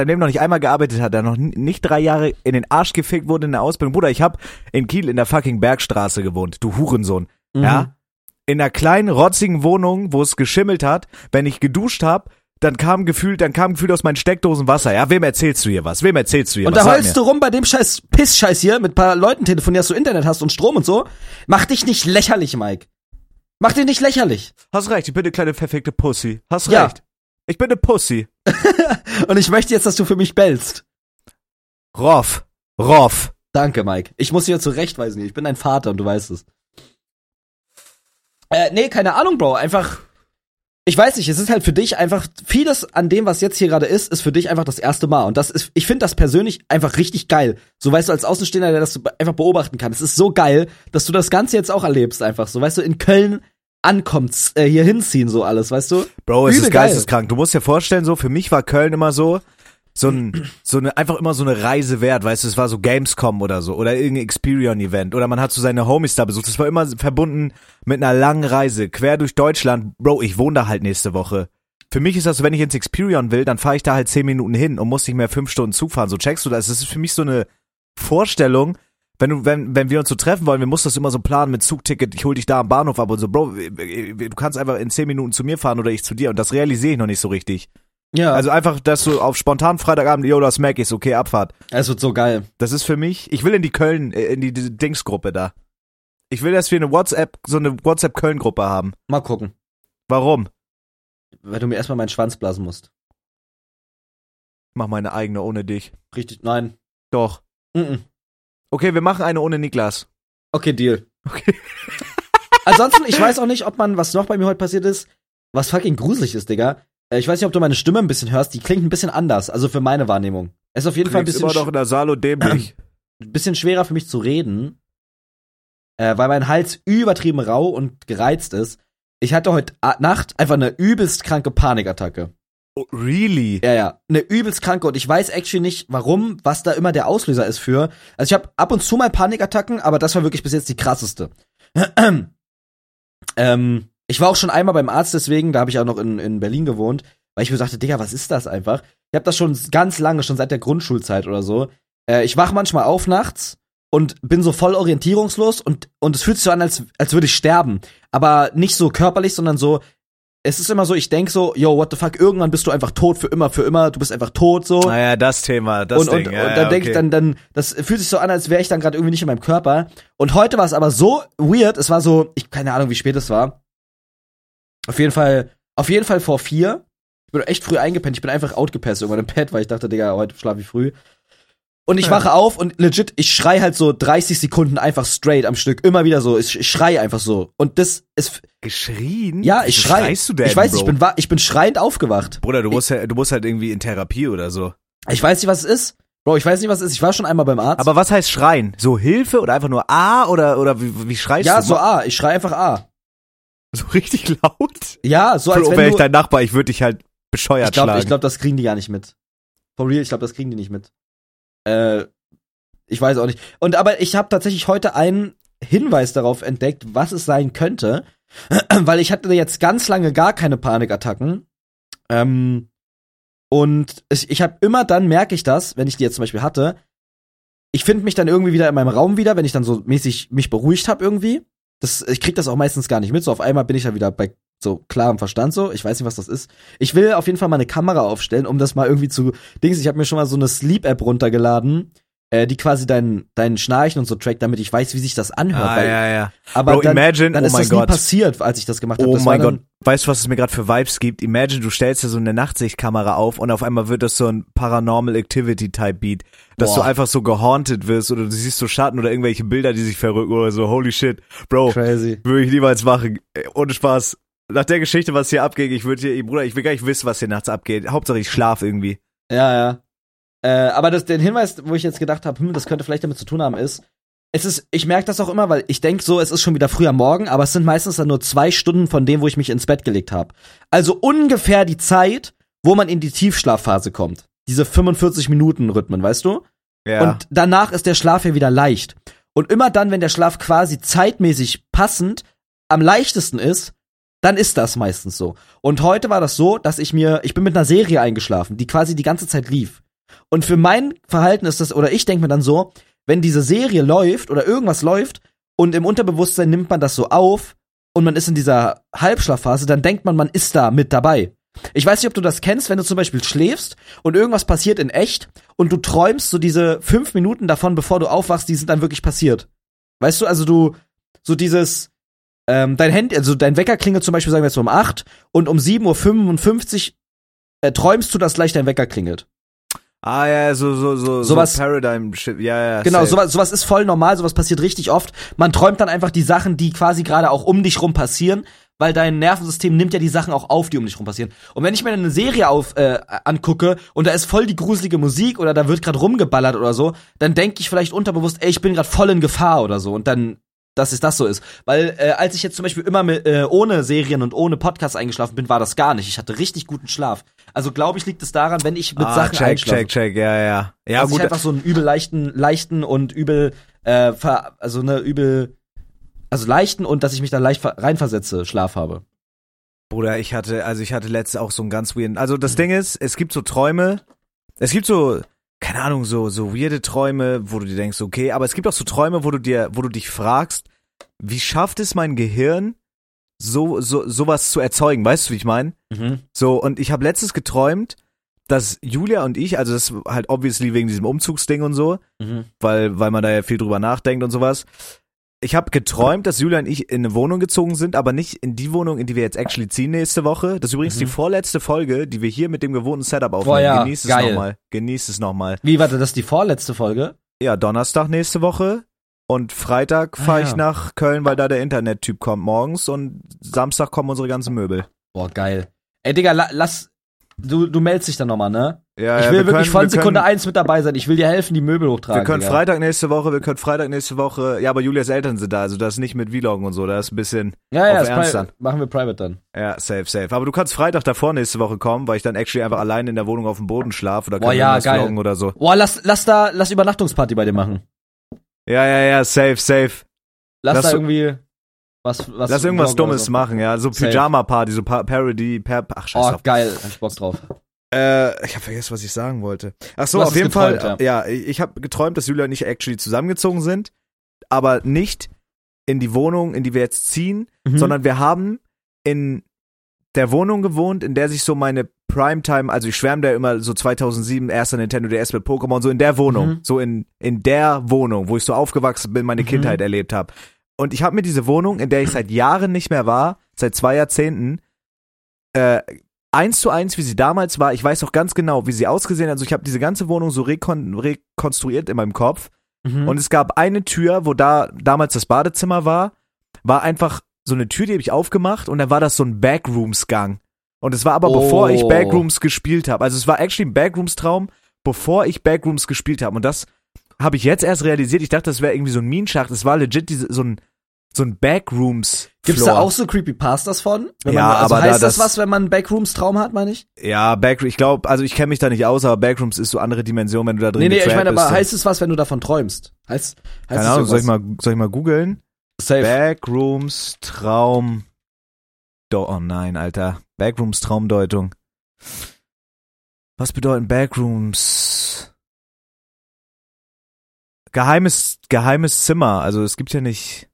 noch nicht 3 Jahre in den Arsch gefickt wurde in der Ausbildung. Bruder, ich hab in Kiel in der fucking Bergstraße gewohnt, du Hurensohn. Ja? In einer kleinen, rotzigen Wohnung, wo es geschimmelt hat, wenn ich geduscht hab, dann kam gefühlt aus meinen Steckdosen Wasser. Ja, wem erzählst du hier was? Und da heulst du rum bei dem Pissscheiß hier, mit paar Leuten telefonierst, du Internet hast und Strom und so. Mach dich nicht lächerlich, Mike. Mach dich nicht lächerlich. Hast recht, ich bin eine kleine verfickte Pussy. Hast recht. Ich bin eine Pussy. Und ich möchte jetzt, dass du für mich bellst. Roff. Danke, Mike. Ich muss dich ja zurechtweisen hier. Ich bin dein Vater und du weißt es. Nee, keine Ahnung, Bro. Einfach, ich weiß nicht, es ist halt für dich einfach, vieles an dem, was jetzt hier gerade ist für dich einfach das erste Mal. Und das ist, ich finde das persönlich einfach richtig geil. So, weißt du, als Außenstehender, der das einfach beobachten kann. Es ist so geil, dass du das Ganze jetzt auch erlebst einfach. So, weißt du, in Köln ankommst, hier hinziehen, so alles, weißt du? Bro, es ist geisteskrank. Du musst dir vorstellen, so, für mich war Köln immer einfach immer so eine Reise wert, weißt du, es war so Gamescom oder so, oder irgendein Experion-Event, oder man hat so seine Homies da besucht, es war immer verbunden mit einer langen Reise, quer durch Deutschland. Bro, ich wohne da halt nächste Woche. Für mich ist das so, wenn ich ins Experion will, dann fahre ich da halt 10 Minuten hin und muss nicht mehr 5 Stunden Zug fahren, so checkst du das, das ist für mich so eine Vorstellung, wenn wir uns so treffen wollen, wir mussten das immer so planen mit Zugticket, ich hol dich da am Bahnhof ab und so, Bro, du kannst einfach in 10 Minuten zu mir fahren oder ich zu dir und das realisiere ich noch nicht so richtig. Ja. Also einfach, dass du auf spontan Freitagabend, das Mac ist, okay, Abfahrt. Es wird so geil. Das ist für mich, ich will in die Dingsgruppe da. Ich will, dass wir so eine WhatsApp-Köln-Gruppe haben. Mal gucken. Warum? Weil du mir erstmal meinen Schwanz blasen musst. Ich mach meine eigene ohne dich. Richtig, nein. Doch. Okay, wir machen eine ohne Niklas. Okay, Deal. Okay. Ansonsten, ich weiß auch nicht, was noch bei mir heute passiert ist, was fucking gruselig ist, Digga. Ich weiß nicht, ob du meine Stimme ein bisschen hörst, die klingt ein bisschen anders, also für meine Wahrnehmung. Es ist auf jeden Fall ein bisschen immer noch in der Saal und dämlich. Ein bisschen schwerer für mich zu reden. weil mein Hals übertrieben rau und gereizt ist. Ich hatte heute Nacht einfach eine übelst kranke Panikattacke. Oh, really? Ja. Eine übelst kranke und ich weiß actually nicht, warum, was da immer der Auslöser ist für. Also ich habe ab und zu mal Panikattacken, aber das war wirklich bis jetzt die krasseste. Ich war auch schon einmal beim Arzt deswegen, da habe ich auch noch in Berlin gewohnt, weil ich mir dachte, Digga, was ist das einfach? Ich habe das schon ganz lange, schon seit der Grundschulzeit oder so. Ich wach manchmal auf nachts und bin so voll orientierungslos und es fühlt sich so an, als würde ich sterben. Aber nicht so körperlich, sondern so, es ist immer so, ich denk so, yo, what the fuck, irgendwann bist du einfach tot für immer, du bist einfach tot, so. Naja, das Thema, das Ding. Und dann denk ich, dann, das fühlt sich so an, als wäre ich dann gerade irgendwie nicht in meinem Körper. Und heute war es aber so weird, es war so, keine Ahnung, wie spät es war. Auf jeden Fall vor 4. Ich bin echt früh eingepennt, ich bin einfach outgepasst irgendwann im Bett, weil ich dachte, Digga, heute schlafe ich früh. Und ich wache auf und legit, ich schrei halt so 30 Sekunden einfach straight am Stück. Immer wieder so. Ich schrei einfach so. Und das ist. Geschrien? Ja, ich schrei. Schreist du denn, ich weiß, Bro? ich bin schreiend aufgewacht. Bruder, du musst halt irgendwie in Therapie oder so. Ich weiß nicht, was es ist. Bro, ich weiß nicht, was es ist. Ich war schon einmal beim Arzt. Aber was heißt schreien? So Hilfe oder einfach nur A oder wie schreist du? Ja, so A. Ich schrei einfach A. So richtig laut? Ja, so als Bro, wenn wäre du. ich dein Nachbar, ich würde dich halt bescheuert schlagen. Ich glaube, das kriegen die gar nicht mit. For real, ich glaube, das kriegen die nicht mit. Ich weiß auch nicht. Aber ich habe tatsächlich heute einen Hinweis darauf entdeckt, was es sein könnte, weil ich hatte jetzt ganz lange gar keine Panikattacken. Und ich habe immer dann, merke ich das, wenn ich die jetzt zum Beispiel hatte, ich finde mich dann irgendwie wieder in meinem Raum wieder, wenn ich dann so mäßig mich beruhigt habe irgendwie. Ich krieg das auch meistens gar nicht mit. So auf einmal bin ich dann wieder bei so klarem Verstand so. Ich weiß nicht, was das ist. Ich will auf jeden Fall mal eine Kamera aufstellen, um das mal irgendwie zu Dings. Ich habe mir schon mal so eine Sleep-App runtergeladen, die quasi dein Schnarchen und so trackt, damit ich weiß, wie sich das anhört. Ja. Aber Bro, dann oh ist mein das nie Gott. passiert, als ich das gemacht habe. Oh mein Gott. Weißt du, was es mir gerade für Vibes gibt? Imagine, du stellst dir so eine Nachtsichtkamera auf und auf einmal wird das so ein Paranormal Activity Type Beat, dass du einfach so gehaunted wirst oder du siehst so Schatten oder irgendwelche Bilder, die sich verrücken oder so. Holy shit. Bro, Crazy. Würde ich niemals machen. Ohne Spaß. Nach der Geschichte, was hier abgeht, Bruder, ich will gar nicht wissen, was hier nachts abgeht. Hauptsache ich schlaf irgendwie. Ja. Aber den Hinweis, wo ich jetzt gedacht habe, das könnte vielleicht damit zu tun haben, ist, ich merke das auch immer, weil ich denke so, es ist schon wieder früh am Morgen, aber es sind meistens dann nur 2 Stunden von dem, wo ich mich ins Bett gelegt habe. Also ungefähr die Zeit, wo man in die Tiefschlafphase kommt. Diese 45-Minuten-Rhythmen, weißt du? Ja. Und danach ist der Schlaf ja wieder leicht. Und immer dann, wenn der Schlaf quasi zeitmäßig passend am leichtesten ist, dann ist das meistens so. Und heute war das so, dass ich bin mit einer Serie eingeschlafen, die quasi die ganze Zeit lief. Und für mein Verhalten ist das, oder ich denke mir dann so, wenn diese Serie läuft oder irgendwas läuft und im Unterbewusstsein nimmt man das so auf und man ist in dieser Halbschlafphase, dann denkt man ist da mit dabei. Ich weiß nicht, ob du das kennst, wenn du zum Beispiel schläfst und irgendwas passiert in echt und du träumst so diese 5 Minuten davon, bevor du aufwachst, die sind dann wirklich passiert. Weißt du, also so dieses, dein Wecker klingelt zum Beispiel, sagen wir jetzt um 8 und um 7:55 Uhr träumst du, dass gleich dein Wecker klingelt. Ah ja, sowas, Paradigm-Shit, ja. Genau, safe. sowas ist voll normal, sowas passiert richtig oft. Man träumt dann einfach die Sachen, die quasi gerade auch um dich rum passieren, weil dein Nervensystem nimmt ja die Sachen auch auf, die um dich rum passieren. Und wenn ich mir eine Serie angucke und da ist voll die gruselige Musik oder da wird gerade rumgeballert oder so, dann denke ich vielleicht unterbewusst, ich bin gerade voll in Gefahr oder so und dann dass das so ist. Weil als ich jetzt zum Beispiel immer ohne Serien und ohne Podcasts eingeschlafen bin, war das gar nicht. Ich hatte richtig guten Schlaf. Also glaube ich, liegt es daran, wenn ich mit Sachen einschlafe. Check, ja. Ja, dass gut. ich einfach so einen übel leichten und übel, leichten und dass ich mich da leicht reinversetze, Schlaf habe. Bruder, ich hatte letztens auch so einen ganz weirden, also das Ding ist, es gibt so Träume, es gibt so, keine Ahnung, so weirde Träume, wo du dir denkst, okay, aber es gibt auch so Träume, wo du dich fragst, wie schafft es mein Gehirn, sowas zu erzeugen, weißt du, wie ich meine? Mhm. So, und ich habe letztens geträumt, dass Julia und ich, also das ist halt obviously wegen diesem Umzugsding und so, weil man da ja viel drüber nachdenkt und sowas. Ich habe geträumt, dass Julia und ich in eine Wohnung gezogen sind, aber nicht in die Wohnung, in die wir jetzt actually ziehen nächste Woche. Das ist übrigens die vorletzte Folge, die wir hier mit dem gewohnten Setup aufnehmen. Boah, ja, Genießt es nochmal. Wie, warte, das ist die vorletzte Folge? Ja, Donnerstag nächste Woche und Freitag fahre ich nach Köln, weil da der Internettyp kommt morgens und Samstag kommen unsere ganzen Möbel. Boah, geil. Ey, Digga, du meldest dich dann nochmal, ne? Ja, ich will wirklich von Sekunde 1 mit dabei sein. Ich will dir helfen, die Möbel hochtragen. Wir können Freitag nächste Woche, ja, aber Julias Eltern sind da, also das ist nicht mit Vloggen und so, das ist ein bisschen auf Ernst dann. Machen wir private dann. Ja, safe. Aber du kannst Freitag davor nächste Woche kommen, weil ich dann actually einfach allein in der Wohnung auf dem Boden schlafe oder können wir vloggen oder so. Boah, lass Übernachtungsparty bei dir machen. Ja, safe. Lass da irgendwie lass irgendwas Dummes machen, ja, so Pyjama-Party, so Parody, ach scheiße. Oh, geil, hab ich Bock drauf. Ich habe vergessen, was ich sagen wollte. Ach so, auf jeden Fall, ja, ich habe geträumt, dass Julia und ich actually zusammengezogen sind, aber nicht in die Wohnung, in die wir jetzt ziehen, sondern wir haben in der Wohnung gewohnt, in der sich so meine Primetime, also ich schwärme da immer so 2007, erster Nintendo DS mit Pokémon, so in der Wohnung, so in der Wohnung, wo ich so aufgewachsen bin, meine Kindheit erlebt habe. Und ich habe mir diese Wohnung, in der ich seit Jahren nicht mehr war, seit 2 Jahrzehnten, 1:1, wie sie damals war. Ich weiß auch ganz genau, wie sie ausgesehen hat. Also ich habe diese ganze Wohnung so rekonstruiert in meinem Kopf. Und es gab eine Tür, wo damals das Badezimmer war einfach so eine Tür, die habe ich aufgemacht und dann war das so ein Backrooms-Gang. Und es war aber bevor ich Backrooms gespielt habe. Also es war actually ein Backrooms-Traum, bevor ich Backrooms gespielt habe. Und das habe ich jetzt erst realisiert. Ich dachte, das wäre irgendwie so ein Minenschacht. Es war legit so ein Backrooms. Gibt's da auch so Creepypastas von? Aber heißt das was, wenn man einen Backrooms-Traum hat, meine ich? Ja, ich glaube, also ich kenne mich da nicht aus, aber Backrooms ist so andere Dimension, wenn du da drin bist. Nee, ich meine, aber heißt es was, wenn du davon träumst? Keine Ahnung, soll ich mal googeln? Safe. Backrooms Traum. Oh nein, Alter. Backrooms Traumdeutung. Was bedeuten Backrooms? Geheimes Zimmer, also es gibt ja nicht.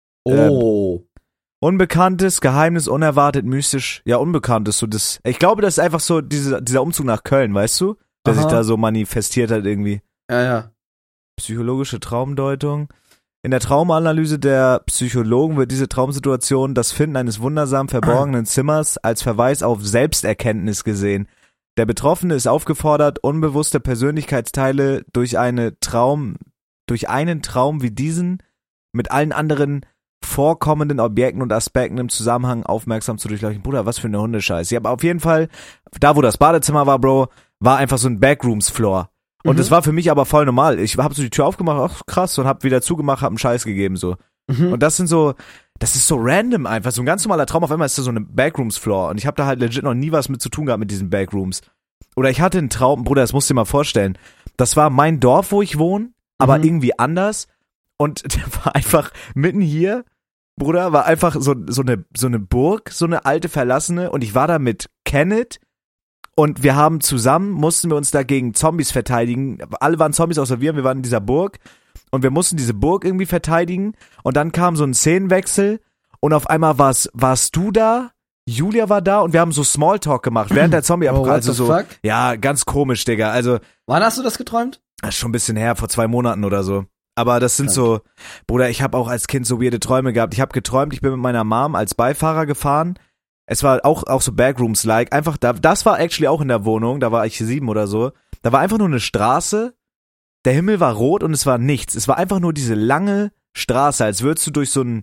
Unbekanntes, Geheimnis, unerwartet, mystisch. Ja, Unbekanntes, so das. Ich glaube, das ist einfach so dieser Umzug nach Köln, weißt du? Der sich da so manifestiert hat irgendwie. Ja. Psychologische Traumdeutung. In der Traumanalyse der Psychologen wird diese Traumsituation, das Finden eines wundersam verborgenen Zimmers, als Verweis auf Selbsterkenntnis gesehen. Der Betroffene ist aufgefordert, unbewusste Persönlichkeitsteile durch einen Traum wie diesen mit allen anderen vorkommenden Objekten und Aspekten im Zusammenhang aufmerksam zu durchleuchten. Bruder, was für eine Hundescheiße. Ja, aber auf jeden Fall, da wo das Badezimmer war, Bro, war einfach so ein Backrooms-Floor. Und das war für mich aber voll normal. Ich habe so die Tür aufgemacht, ach krass, und hab wieder zugemacht, hab einen Scheiß gegeben, so. Und das ist so random einfach, so ein ganz normaler Traum. Auf einmal ist da so eine Backrooms-Floor und ich habe da halt legit noch nie was mit zu tun gehabt mit diesen Backrooms. Oder ich hatte einen Traum, Bruder, das musst du dir mal vorstellen. Das war mein Dorf, wo ich wohne, aber irgendwie anders. Und der war einfach mitten hier, Bruder, war einfach so eine Burg, so eine alte verlassene. Und ich war da mit Kenneth und wir haben mussten wir uns da gegen Zombies verteidigen. Alle waren Zombies außer wir waren in dieser Burg. Und wir mussten diese Burg irgendwie verteidigen. Und dann kam so ein Szenenwechsel. Und auf einmal warst du da, Julia war da und wir haben so Smalltalk gemacht während der Zombie-Apokalypse. Also so, fuck? Ja, ganz komisch, Digga. Also, wann hast du das geträumt? Das ist schon ein bisschen her, vor 2 Monaten oder so. Aber das sind so, Bruder, ich habe auch als Kind so weirde Träume gehabt. Ich habe geträumt, ich bin mit meiner Mom als Beifahrer gefahren. Es war auch so Backrooms-like. Einfach, das war actually auch in der Wohnung, da war ich 7 oder so. Da war einfach nur eine Straße, der Himmel war rot und es war nichts. Es war einfach nur diese lange Straße, als würdest du durch so ein,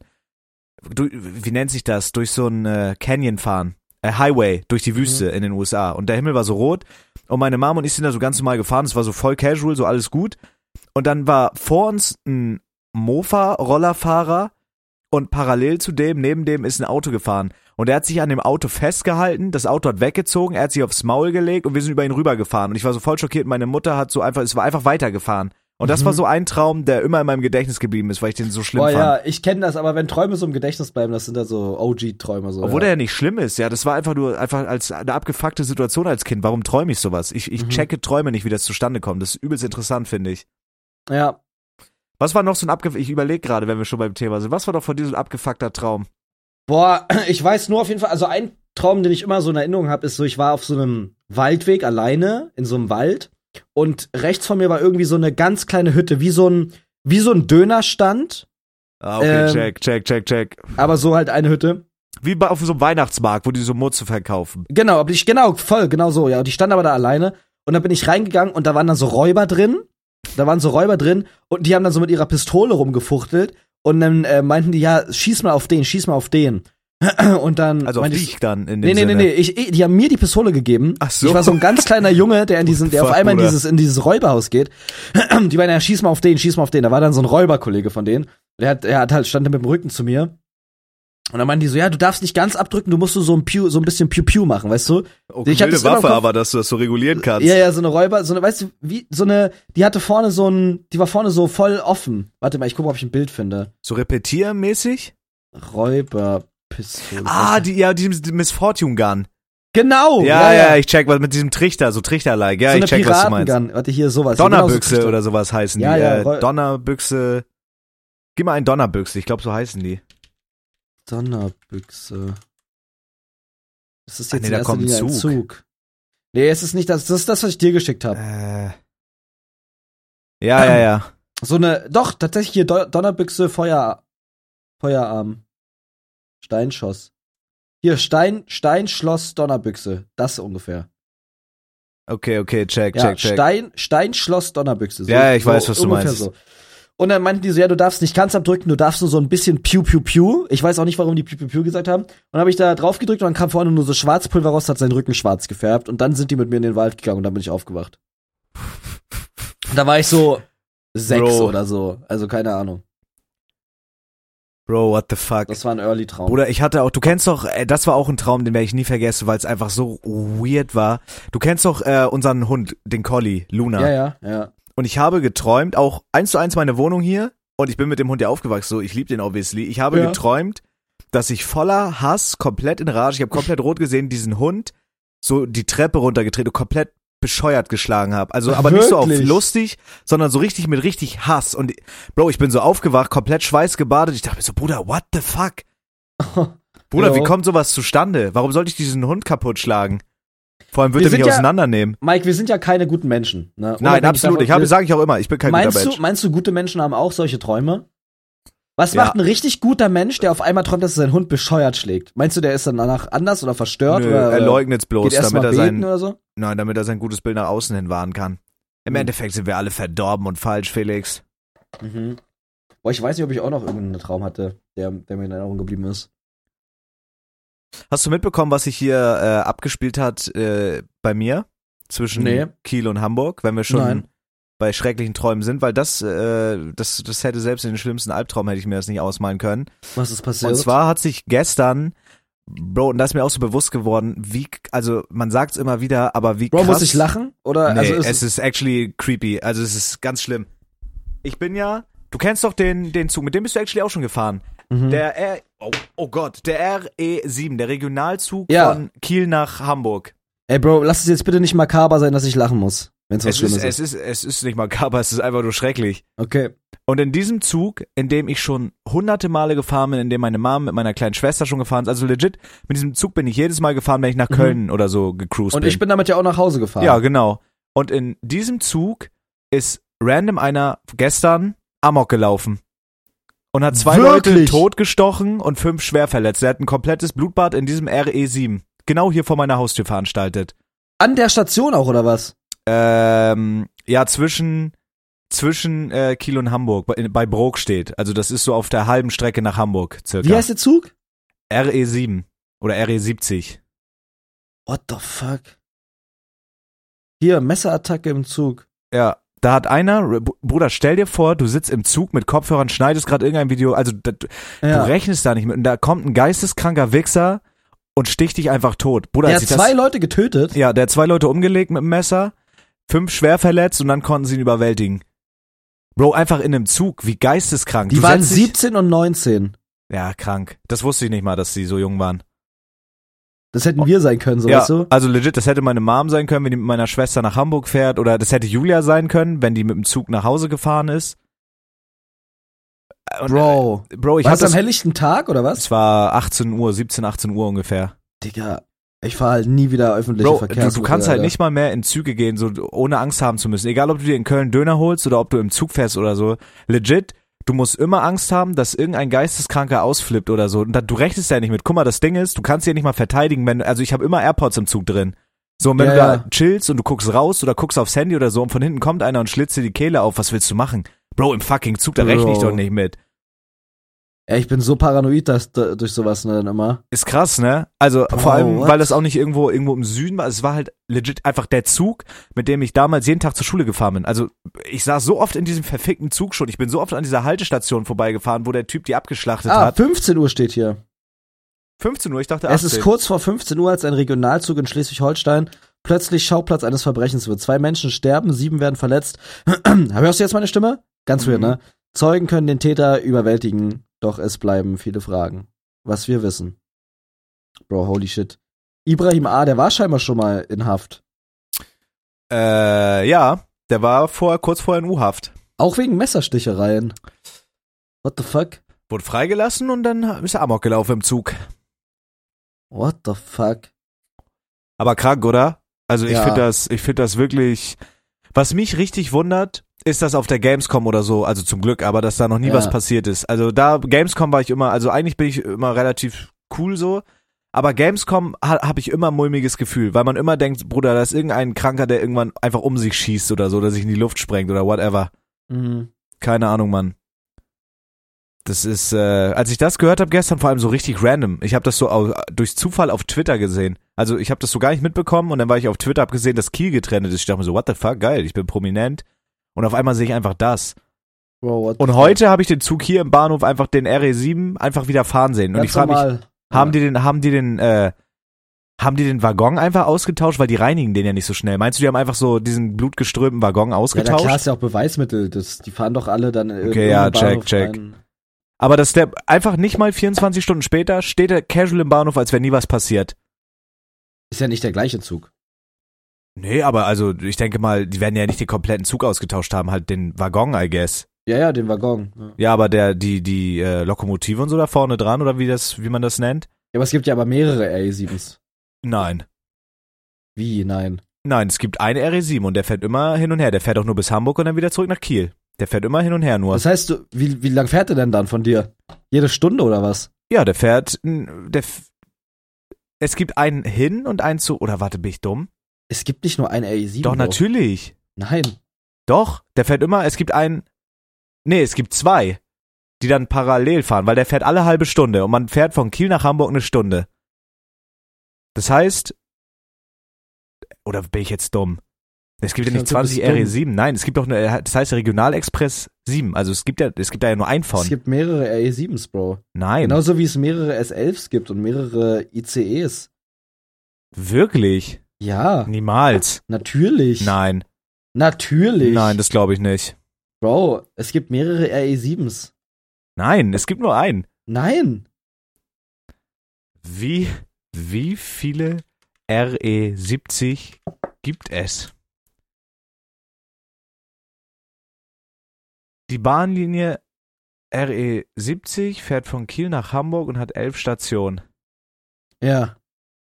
wie nennt sich das, durch so ein Canyon fahren. Highway, durch die Wüste in den USA. Und der Himmel war so rot und meine Mom und ich sind da so ganz normal gefahren. Es war so voll casual, so alles gut. Und dann war vor uns ein Mofa-Rollerfahrer und parallel zu dem, neben dem ist ein Auto gefahren. Und er hat sich an dem Auto festgehalten, das Auto hat weggezogen, er hat sich aufs Maul gelegt und wir sind über ihn rübergefahren. Und ich war so voll schockiert, meine Mutter hat es war einfach weitergefahren. Und das war so ein Traum, der immer in meinem Gedächtnis geblieben ist, weil ich den so schlimm fand. Ja, ich kenne das, aber wenn Träume so im Gedächtnis bleiben, das sind da so OG-Träume. So, obwohl der ja nicht schlimm ist, ja, das war einfach als eine abgefuckte Situation als Kind. Warum träume ich sowas? Ich checke Träume nicht, wie das zustande kommt. Das ist übelst interessant, finde ich. Ja. Was war noch so ein ich überlege gerade, wenn wir schon beim Thema sind, was war doch von dir so ein abgefuckter Traum? Boah, ich weiß nur auf jeden Fall, also ein Traum, den ich immer so in Erinnerung habe, ist so, ich war auf so einem Waldweg alleine, in so einem Wald und rechts von mir war irgendwie so eine ganz kleine Hütte, wie so ein Dönerstand. Ah, okay, check. Aber so halt eine Hütte. Wie auf so einem Weihnachtsmarkt, wo die so Mutze verkaufen. Genau so, ja. Und ich stand aber da alleine und dann bin ich reingegangen und da waren dann so Räuber drin. Und die haben dann so mit ihrer Pistole rumgefuchtelt und dann meinten die, ja, schieß mal auf den. Und dann Also auf meinte dich dann in dem Nee, die haben mir die Pistole gegeben. Ach so. Ich war so ein ganz kleiner Junge, der der auf einmal Bruder. in dieses Räuberhaus geht. Die waren ja, schieß mal auf den. Da war dann so ein Räuberkollege von denen. Stand mit dem Rücken zu mir. Und dann meinten die so, ja, du darfst nicht ganz abdrücken, du musst so ein bisschen Piu-Piu machen, weißt du? Oh, Ich hab wilde das immer im Waffe, Kopf. aber dass du das so regulieren kannst. Ja, so eine Räuber, weißt du, die hatte vorne die war vorne so voll offen. Warte mal, ich gucke, ob ich ein Bild finde. So repetiermäßig? Räuberpistole. Die Miss Fortune Gun. Genau! Ja, ich check, was mit diesem Trichter, so Trichterlike. Ja, so ich eine check, was du meinst. Piratengun. Warte, hier, sowas. Donnerbüchse Genau so oder sowas heißen Ja, die. ja, Donnerbüchse. Gib mal ein Donnerbüchse, ich glaube, so heißen die. Donnerbüchse. Ist das Ah, jetzt nee, in da erster kommt ein Linie ein Zug. Zug? Nee, es ist nicht das ist das, was ich dir geschickt habe. Ja. Doch, tatsächlich hier Donnerbüchse, Feuerarm. Steinschoss. Hier, Steinschloss, Donnerbüchse. Das ungefähr. Okay, check. Steinschloss, Donnerbüchse. So, Ja, ich weiß, was du ungefähr meinst. So. Und dann meinten die so, ja, du darfst nicht ganz abdrücken, du darfst nur so ein bisschen Piu-Piu-Piu. Ich weiß auch nicht, warum die Piu-Piu-Piu gesagt haben. Und dann habe ich da drauf gedrückt und dann kam vorne nur so Schwarzpulver raus, hat seinen Rücken schwarz gefärbt. Und dann sind die mit mir in den Wald gegangen und dann bin ich aufgewacht. Und da war ich so 6 Bro. oder so. Also keine Ahnung. Bro, what the fuck? Das war ein Early-Traum. Bruder, ich hatte auch, du kennst doch, das war auch ein Traum, den werde ich nie vergessen, weil es einfach so weird war. Du kennst doch unseren Hund, den Collie, Luna. Ja. Und ich habe geträumt, auch 1:1 meine Wohnung hier, und ich bin mit dem Hund ja aufgewachsen, so, ich liebe den obviously. Ich habe geträumt, dass ich voller Hass, komplett in Rage, ich habe komplett rot gesehen, diesen Hund so die Treppe runtergetreten und komplett bescheuert geschlagen habe. Also aber nicht so auf lustig, sondern so richtig mit richtig Hass. Und Bro, ich bin so aufgewacht, komplett schweißgebadet. Ich dachte mir so, Bruder, what the fuck? Bruder, wie kommt sowas zustande? Warum sollte ich diesen Hund kaputt schlagen? Vor allem wird er mich auseinandernehmen. Mike, wir sind ja keine guten Menschen. Ne? Nein, absolut. Sage ich auch immer, ich bin kein guter Mensch. Meinst du, gute Menschen haben auch solche Träume? Was macht ein richtig guter Mensch, der auf einmal träumt, dass er seinen Hund bescheuert schlägt? Meinst du, der ist dann danach anders oder verstört? Nö, oder er leugnet es bloß, damit er sein gutes Bild nach außen hin wahren kann. Im Endeffekt sind wir alle verdorben und falsch, Felix. Mhm. Boah, ich weiß nicht, ob ich auch noch irgendeinen Traum hatte, der mir in Erinnerung geblieben ist. Hast du mitbekommen, was sich hier abgespielt hat bei mir? Zwischen Kiel und Hamburg, wenn wir schon bei schrecklichen Träumen sind, weil das hätte selbst in den schlimmsten Albtraum hätte ich mir das nicht ausmalen können. Was ist passiert? Und zwar hat sich gestern, Bro, und da ist mir auch so bewusst geworden, also man sagt es immer wieder, aber wie krass. Bro, muss ich lachen? Oder? Nee, also es ist actually creepy, also es ist ganz schlimm. Ich bin du kennst doch den Zug, mit dem bist du actually auch schon gefahren. Mhm. Der RE7, der Regionalzug von Kiel nach Hamburg. Ey, Bro, lass es jetzt bitte nicht makaber sein, dass ich lachen muss, wenn es was Schlimmes ist. Es ist nicht makaber, es ist einfach nur schrecklich. Okay. Und in diesem Zug, in dem ich schon hunderte Male gefahren bin, in dem meine Mom mit meiner kleinen Schwester schon gefahren ist, also legit, mit diesem Zug bin ich jedes Mal gefahren, wenn ich nach Köln oder so gecruised bin. Und ich bin damit ja auch nach Hause gefahren. Ja, genau. Und in diesem Zug ist random einer gestern Amok gelaufen. Und hat 2 Leute totgestochen und 5 schwer verletzt. Er hat ein komplettes Blutbad in diesem RE7. Genau hier vor meiner Haustür veranstaltet. An der Station auch, oder was? Ja, zwischen Kiel und Hamburg, bei Brok steht. Also das ist so auf der halben Strecke nach Hamburg, circa. Wie heißt der Zug? RE7 oder RE70. What the fuck? Hier, Messerattacke im Zug. Ja, da hat einer, Bruder, stell dir vor, du sitzt im Zug mit Kopfhörern, schneidest gerade irgendein Video, also du rechnest da nicht mit. Und da kommt ein geisteskranker Wichser und sticht dich einfach tot. Bruder, der hat 2 Leute getötet? Ja, der hat 2 Leute umgelegt mit dem Messer, 5 schwer verletzt und dann konnten sie ihn überwältigen. Bro, einfach in einem Zug, wie geisteskrank. Die waren 17 und 19. Ja, krank. Das wusste ich nicht mal, dass sie so jung waren. Das hätten wir sein können, so ja, weißt du? Also legit, das hätte meine Mom sein können, wenn die mit meiner Schwester nach Hamburg fährt, oder das hätte Julia sein können, wenn die mit dem Zug nach Hause gefahren ist. Und, Bro, ich hatte das am helllichten Tag, oder was? Es war 18 Uhr ungefähr. Digga, ich fahre halt nie wieder öffentliche Verkehrsmittel. Du kannst halt nicht mal mehr in Züge gehen, so ohne Angst haben zu müssen. Egal, ob du dir in Köln Döner holst oder ob du im Zug fährst oder so. Legit, du musst immer Angst haben, dass irgendein Geisteskranker ausflippt oder so. Und du rechnest ja nicht mit. Guck mal, das Ding ist, du kannst dich ja nicht mal verteidigen, also ich habe immer AirPods im Zug drin. So, und wenn du da chillst und du guckst raus oder guckst aufs Handy oder so und von hinten kommt einer und schlitzt dir die Kehle auf, was willst du machen? Bro, im fucking Zug, da rechne ich doch nicht mit. Ja, ich bin so paranoid durch sowas, ne, dann immer. Ist krass, ne? Also vor allem, weil das auch nicht irgendwo im Süden war. Es war halt legit einfach der Zug, mit dem ich damals jeden Tag zur Schule gefahren bin. Also ich saß so oft in diesem verfickten Zug schon. Ich bin so oft an dieser Haltestation vorbeigefahren, wo der Typ die abgeschlachtet hat. 15 Uhr steht hier. 15 Uhr, ich dachte 18. Es ist kurz vor 15 Uhr, als ein Regionalzug in Schleswig-Holstein plötzlich Schauplatz eines Verbrechens wird. 2 Menschen sterben, 7 werden verletzt. Hörst du jetzt meine Stimme? Ganz weird, ne? Zeugen können den Täter überwältigen, doch es bleiben viele Fragen. Was wir wissen. Bro, holy shit. Ibrahim A., der war scheinbar schon mal in Haft. Ja, der war kurz vorher in U-Haft. Auch wegen Messerstichereien. What the fuck? Wurde freigelassen und dann ist er Amok gelaufen im Zug. What the fuck? Aber krank, oder? Also ich Ja. finde das wirklich, was mich richtig wundert, ist das auf der Gamescom oder so, also zum Glück, aber dass da noch nie was passiert ist. Also da, Gamescom war ich immer, also eigentlich bin ich immer relativ cool so, aber Gamescom habe ich immer ein mulmiges Gefühl, weil man immer denkt, Bruder, da ist irgendein Kranker, der irgendwann einfach um sich schießt oder so, oder sich in die Luft sprengt oder whatever. Mhm. Keine Ahnung, Mann. Das ist, als ich das gehört habe gestern, vor allem so richtig random. Ich habe das so durch Zufall auf Twitter gesehen. Also ich habe das so gar nicht mitbekommen und dann war ich auf Twitter, hab gesehen, dass Kiel getrennt ist. Ich dachte mir so, what the fuck, geil, ich bin prominent. Und auf einmal sehe ich einfach das. Bro, Und heute habe ich den Zug hier im Bahnhof einfach den RE7 einfach wieder fahren sehen. Und ich frage mich, haben die den Waggon einfach ausgetauscht, weil die reinigen den ja nicht so schnell. Meinst du, die haben einfach so diesen blutgeströmten Waggon ausgetauscht? Ja, klar ist ja auch Beweismittel. Die fahren doch alle dann in okay, ja, Bahnhof check. rein. Aber dass der einfach nicht mal 24 Stunden später steht er casual im Bahnhof, als wäre nie was passiert. Ist ja nicht der gleiche Zug. Nee, aber also ich denke mal, die werden ja nicht den kompletten Zug ausgetauscht haben, halt den Waggon, I guess. Ja, den Waggon. Ja, aber die Lokomotive und so da vorne dran, oder wie man das nennt? Ja, aber es gibt ja aber mehrere RE7s. Nein. Wie, nein? Nein, es gibt einen RE7 und der fährt immer hin und her. Der fährt auch nur bis Hamburg und dann wieder zurück nach Kiel. Der fährt immer hin und her nur. Das heißt, wie lang fährt der denn dann von dir? Jede Stunde oder was? Ja, der fährt, es gibt einen hin und einen zu, oder warte, bin ich dumm? Es gibt nicht nur einen RE7. Doch, natürlich. Nein. Doch, der fährt immer, es gibt 2, die dann parallel fahren, weil der fährt alle halbe Stunde und man fährt von Kiel nach Hamburg eine Stunde. Das heißt, oder bin ich jetzt dumm? Es gibt ja nicht 20 RE7, nein, es gibt doch das heißt Regionalexpress 7, also es gibt da ja nur einen von. Es gibt mehrere RE7s, Bro. Nein. Genauso wie es mehrere S11s gibt und mehrere ICEs. Wirklich? Ja. Niemals. Natürlich. Nein. Natürlich. Nein, das glaube ich nicht. Bro, es gibt mehrere RE7s. Nein, es gibt nur einen. Nein. Wie viele RE70 gibt es? Die Bahnlinie RE70 fährt von Kiel nach Hamburg und hat 11 Stationen. Ja.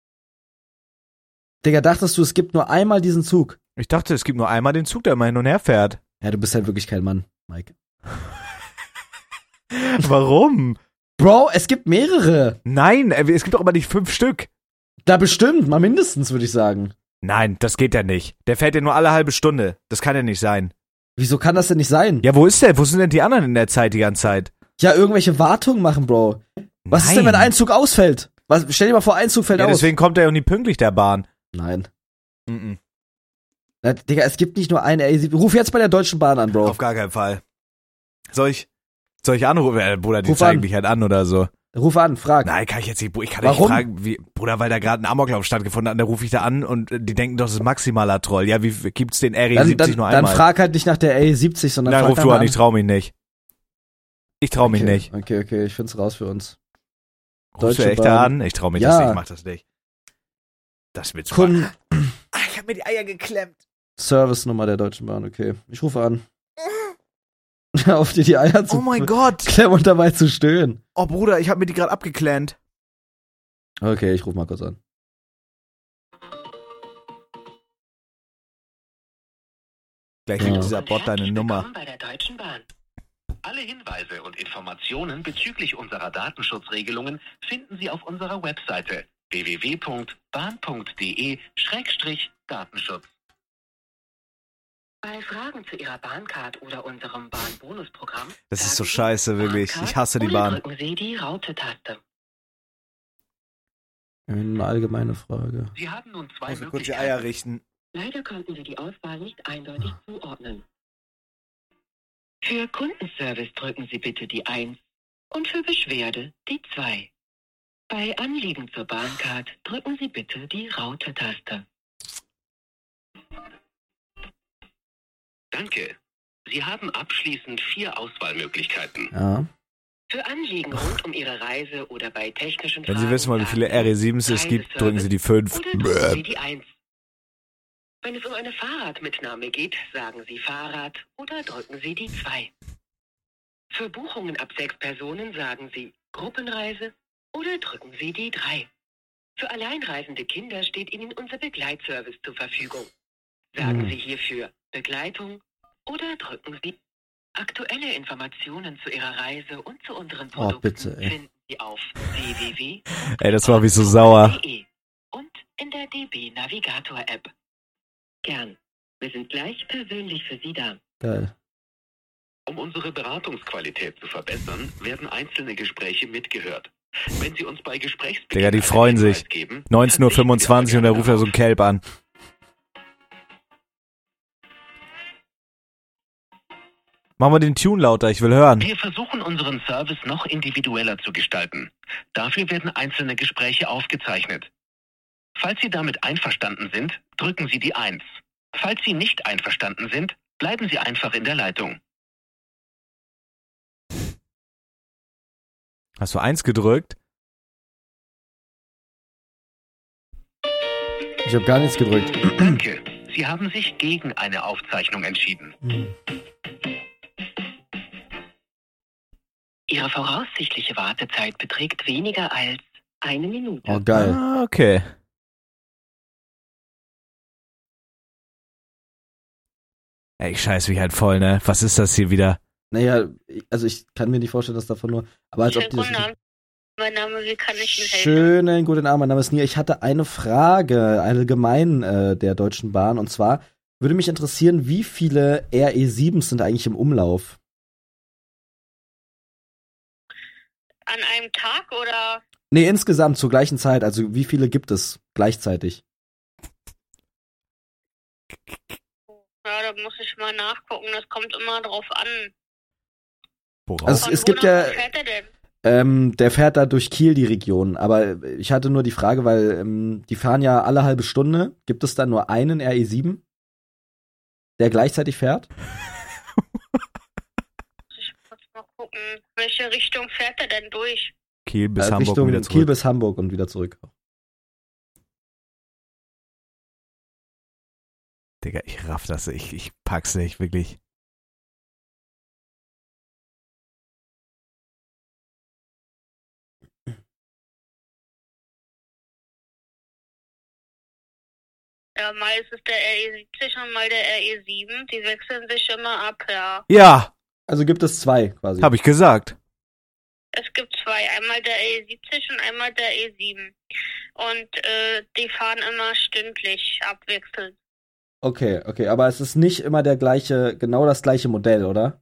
Digga, dachtest du, es gibt nur einmal diesen Zug? Ich dachte, es gibt nur einmal den Zug, der immer hin und her fährt. Ja, du bist halt wirklich kein Mann, Mike. Warum? Bro, es gibt mehrere. Nein, es gibt doch immer nicht 5 Stück. Da bestimmt, mal mindestens, würde ich sagen. Nein, das geht ja nicht. Der fährt ja nur alle halbe Stunde. Das kann ja nicht sein. Wieso kann das denn nicht sein? Ja, wo ist der? Wo sind denn die anderen in der Zeit die ganze Zeit? Ja, irgendwelche Wartungen machen, Bro. Was ist denn, wenn ein Zug ausfällt? Stell dir mal vor, ein Zug fällt aus. Deswegen kommt er ja nie pünktlich, der Bahn. Nein. Mhm. Na, Digga, es gibt nicht nur eine RE7. Ruf jetzt bei der Deutschen Bahn an, Bro. Auf gar keinen Fall. Soll ich anrufen? Bruder, die Ruf zeigen an. mich halt an oder so. Ruf an, frag. Nein, kann ich jetzt nicht. Ich kann Warum? nicht fragen, Bruder, weil da gerade ein Amoklauf stattgefunden hat, da rufe ich da an und die denken doch, das ist maximaler Troll. Ja, wie gibt's den RE70 nur einmal? Dann frag halt nicht nach der RE70, sondern Nein, frag ruf du an, ich trau mich nicht. Ich trau mich nicht. Okay, ich find's raus für uns. Rufst du echt da an? Ich trau mich das nicht, ich mach das nicht. Das wird's mal. Ich hab mir die Eier geklemmt. Service-Nummer der Deutschen Bahn, okay. Ich rufe an. Auf dir die Eier zu Oh mein Gott. klemmen und dabei zu stöhnen. Oh Bruder, ich hab mir die gerade abgeklemmt. Okay, ich ruf mal kurz an. Gleich kriegt dieser Bot deine Nummer. Bei der Deutschen Bahn. Alle Hinweise und Informationen bezüglich unserer Datenschutzregelungen finden Sie auf unserer Webseite www.bahn.de/Datenschutz. Bei Fragen zu Ihrer Bahncard oder unserem Bahnbonusprogramm. Das ist so sagen Sie scheiße, wirklich. Bahncard Ich hasse die oder Bahn. Drücken Sie die Raute-Taste. Eine allgemeine Frage. Sie haben nun zwei Also kurz die Möglichkeiten. Eier richten. Leider konnten Sie die Auswahl nicht eindeutig zuordnen. Für Kundenservice drücken Sie bitte die 1 und für Beschwerde die 2. Bei Anliegen zur Bahncard drücken Sie bitte die Raute-Taste. Danke. Sie haben abschließend 4 Auswahlmöglichkeiten. Ja. Für Anliegen rund um Ihre Reise oder bei technischen Wenn Fragen Sie wissen wollen, wie viele sagen Sie RE7s es gibt, Reiseservice drücken Sie die 5. oder drücken Sie die 1. Wenn es um eine Fahrradmitnahme geht, sagen Sie Fahrrad oder drücken Sie die 2. Für Buchungen ab 6 Personen sagen Sie Gruppenreise oder drücken Sie die 3. Für alleinreisende Kinder steht Ihnen unser Begleitservice zur Verfügung. Sagen Sie hierfür Begleitung oder drücken Sie. Aktuelle Informationen zu Ihrer Reise und zu unseren Produkten bitte, ey. finden Sie auf www. Ey, das war wie so sauer. und in der DB Navigator App. Gern. Wir sind gleich persönlich für Sie da. Geil. Um unsere Beratungsqualität zu verbessern, werden einzelne Gespräche mitgehört. Wenn Sie uns bei Gesprächsbeginn Digga, die einen freuen Hinweis sich. geben, 19:25 Uhr und da ruft er so ein Kelb an. Machen wir den Tune lauter, ich will hören. Wir versuchen unseren Service noch individueller zu gestalten. Dafür werden einzelne Gespräche aufgezeichnet. Falls Sie damit einverstanden sind, drücken Sie die 1. Falls Sie nicht einverstanden sind, bleiben Sie einfach in der Leitung. Hast du 1 gedrückt? Ich habe gar nichts gedrückt. Danke. Sie haben sich gegen eine Aufzeichnung entschieden. Ihre voraussichtliche Wartezeit beträgt weniger als 1 Minute. Oh, geil. Ah, okay. Ey, ich scheiß mich halt voll, ne? Was ist das hier wieder? Naja, also ich kann mir nicht vorstellen, dass davon nur. Aber als ob Schönen die guten Abend. Mein Name, wie kann ich Ihnen helfen? Schönen guten Abend, mein Name ist Nia. Ich hatte eine Frage allgemein der Deutschen Bahn. Und zwar würde mich interessieren, wie viele RE7s sind eigentlich im Umlauf? An einem Tag oder? Nee, insgesamt zur gleichen Zeit. Also wie viele gibt es gleichzeitig? Ja, da muss ich mal nachgucken. Das kommt immer drauf an. Worauf? Also Von es wo gibt nach ja. wo fährt er denn? Der fährt da durch Kiel die Region. Aber ich hatte nur die Frage, weil die fahren ja alle halbe Stunde. Gibt es da nur einen RE7, der gleichzeitig fährt? Ich muss mal gucken. Welche Richtung fährt er denn durch? Kiel bis Hamburg Richtung und wieder zurück. Kiel bis Hamburg und wieder zurück. Digga, ich raff das. Ich pack's nicht, wirklich. Ja, mal ist es der RE70 und mal der RE7. Die wechseln sich immer ab, ja. Ja, Also gibt es zwei quasi. hab ich gesagt. Es gibt zwei. Einmal der RE70 und einmal der E7. Und die fahren immer stündlich abwechselnd. Okay, aber es ist nicht immer genau das gleiche Modell, oder?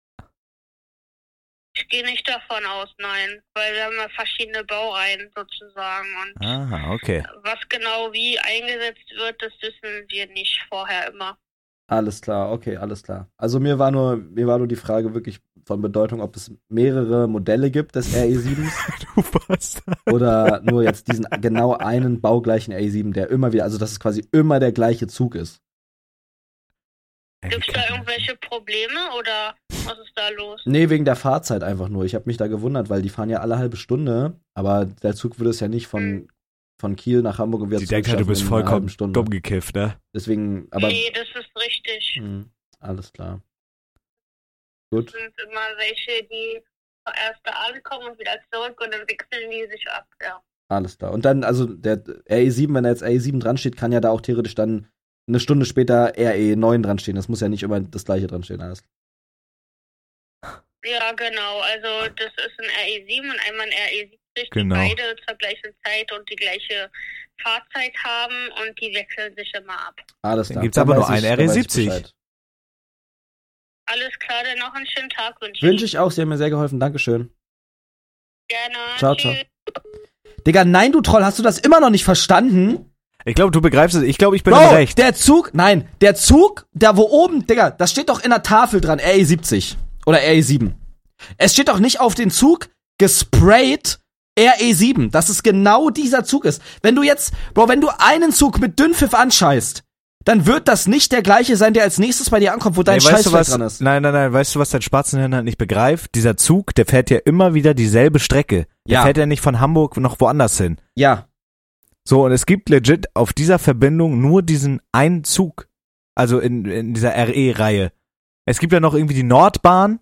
Ich gehe nicht davon aus, nein. Weil wir haben ja verschiedene Baureihen sozusagen. Und Aha, okay. was genau wie eingesetzt wird, das wissen wir nicht vorher immer. Alles klar, okay, alles klar. Also mir war nur die Frage wirklich von Bedeutung, ob es mehrere Modelle gibt des RE7s Du Bastard. oder nur jetzt diesen genau einen baugleichen RE7, der immer wieder, also dass es quasi immer der gleiche Zug ist. Gibt es da irgendwelche Probleme oder was ist da los? Nee, wegen der Fahrzeit einfach nur. Ich habe mich da gewundert, weil die fahren ja alle halbe Stunde, aber der Zug würde es ja nicht von Kiel nach Hamburg und wieder Die denkt halt, du bist zurückschaffen in einer halben vollkommen Stunde. dumm gekifft, ne? Deswegen, aber Nee, das ist richtig. alles klar. Gut. Es sind immer welche, die erst da ankommen und wieder zurück und dann wechseln die sich ab, ja. Alles klar. Und dann, also der RE7, wenn da jetzt RE7 dran steht, kann ja da auch theoretisch dann eine Stunde später RE9 dran stehen. Das muss ja nicht immer das gleiche dran stehen. Alles. Ja, genau. Also das ist ein RE7 und einmal ein RE70, Genau. die beide zur gleichen Zeit und die gleiche Fahrzeit haben und die wechseln sich immer ab. Alles klar. Dann gibt's aber nur weiß einen dann weiß ich RE70. Bescheid. Alles klar, dann noch einen schönen Tag wünsche ich. Wünsche ich auch, Sie haben mir sehr geholfen, Dankeschön. Gerne. Ciao, ciao. Digga, nein, du Troll, hast du das immer noch nicht verstanden? Ich glaube, du begreifst es. Ich glaube, ich bin Bro, im Recht. der Zug, da wo oben, Digga, das steht doch in der Tafel dran, RE70 oder RE7. Es steht doch nicht auf den Zug gesprayt RE7, dass es genau dieser Zug ist. Wenn du einen Zug mit Dünnpfiff anscheißt, dann wird das nicht der gleiche sein, der als nächstes bei dir ankommt, wo dein Scheißfleck dran ist. Nein, weißt du, was dein Spatzenhirn halt nicht begreift? Dieser Zug, der fährt ja immer wieder dieselbe Strecke. Der fährt ja nicht von Hamburg noch woanders hin. Ja. So, und es gibt legit auf dieser Verbindung nur diesen einen Zug. Also in dieser RE-Reihe. Es gibt ja noch irgendwie die Nordbahn.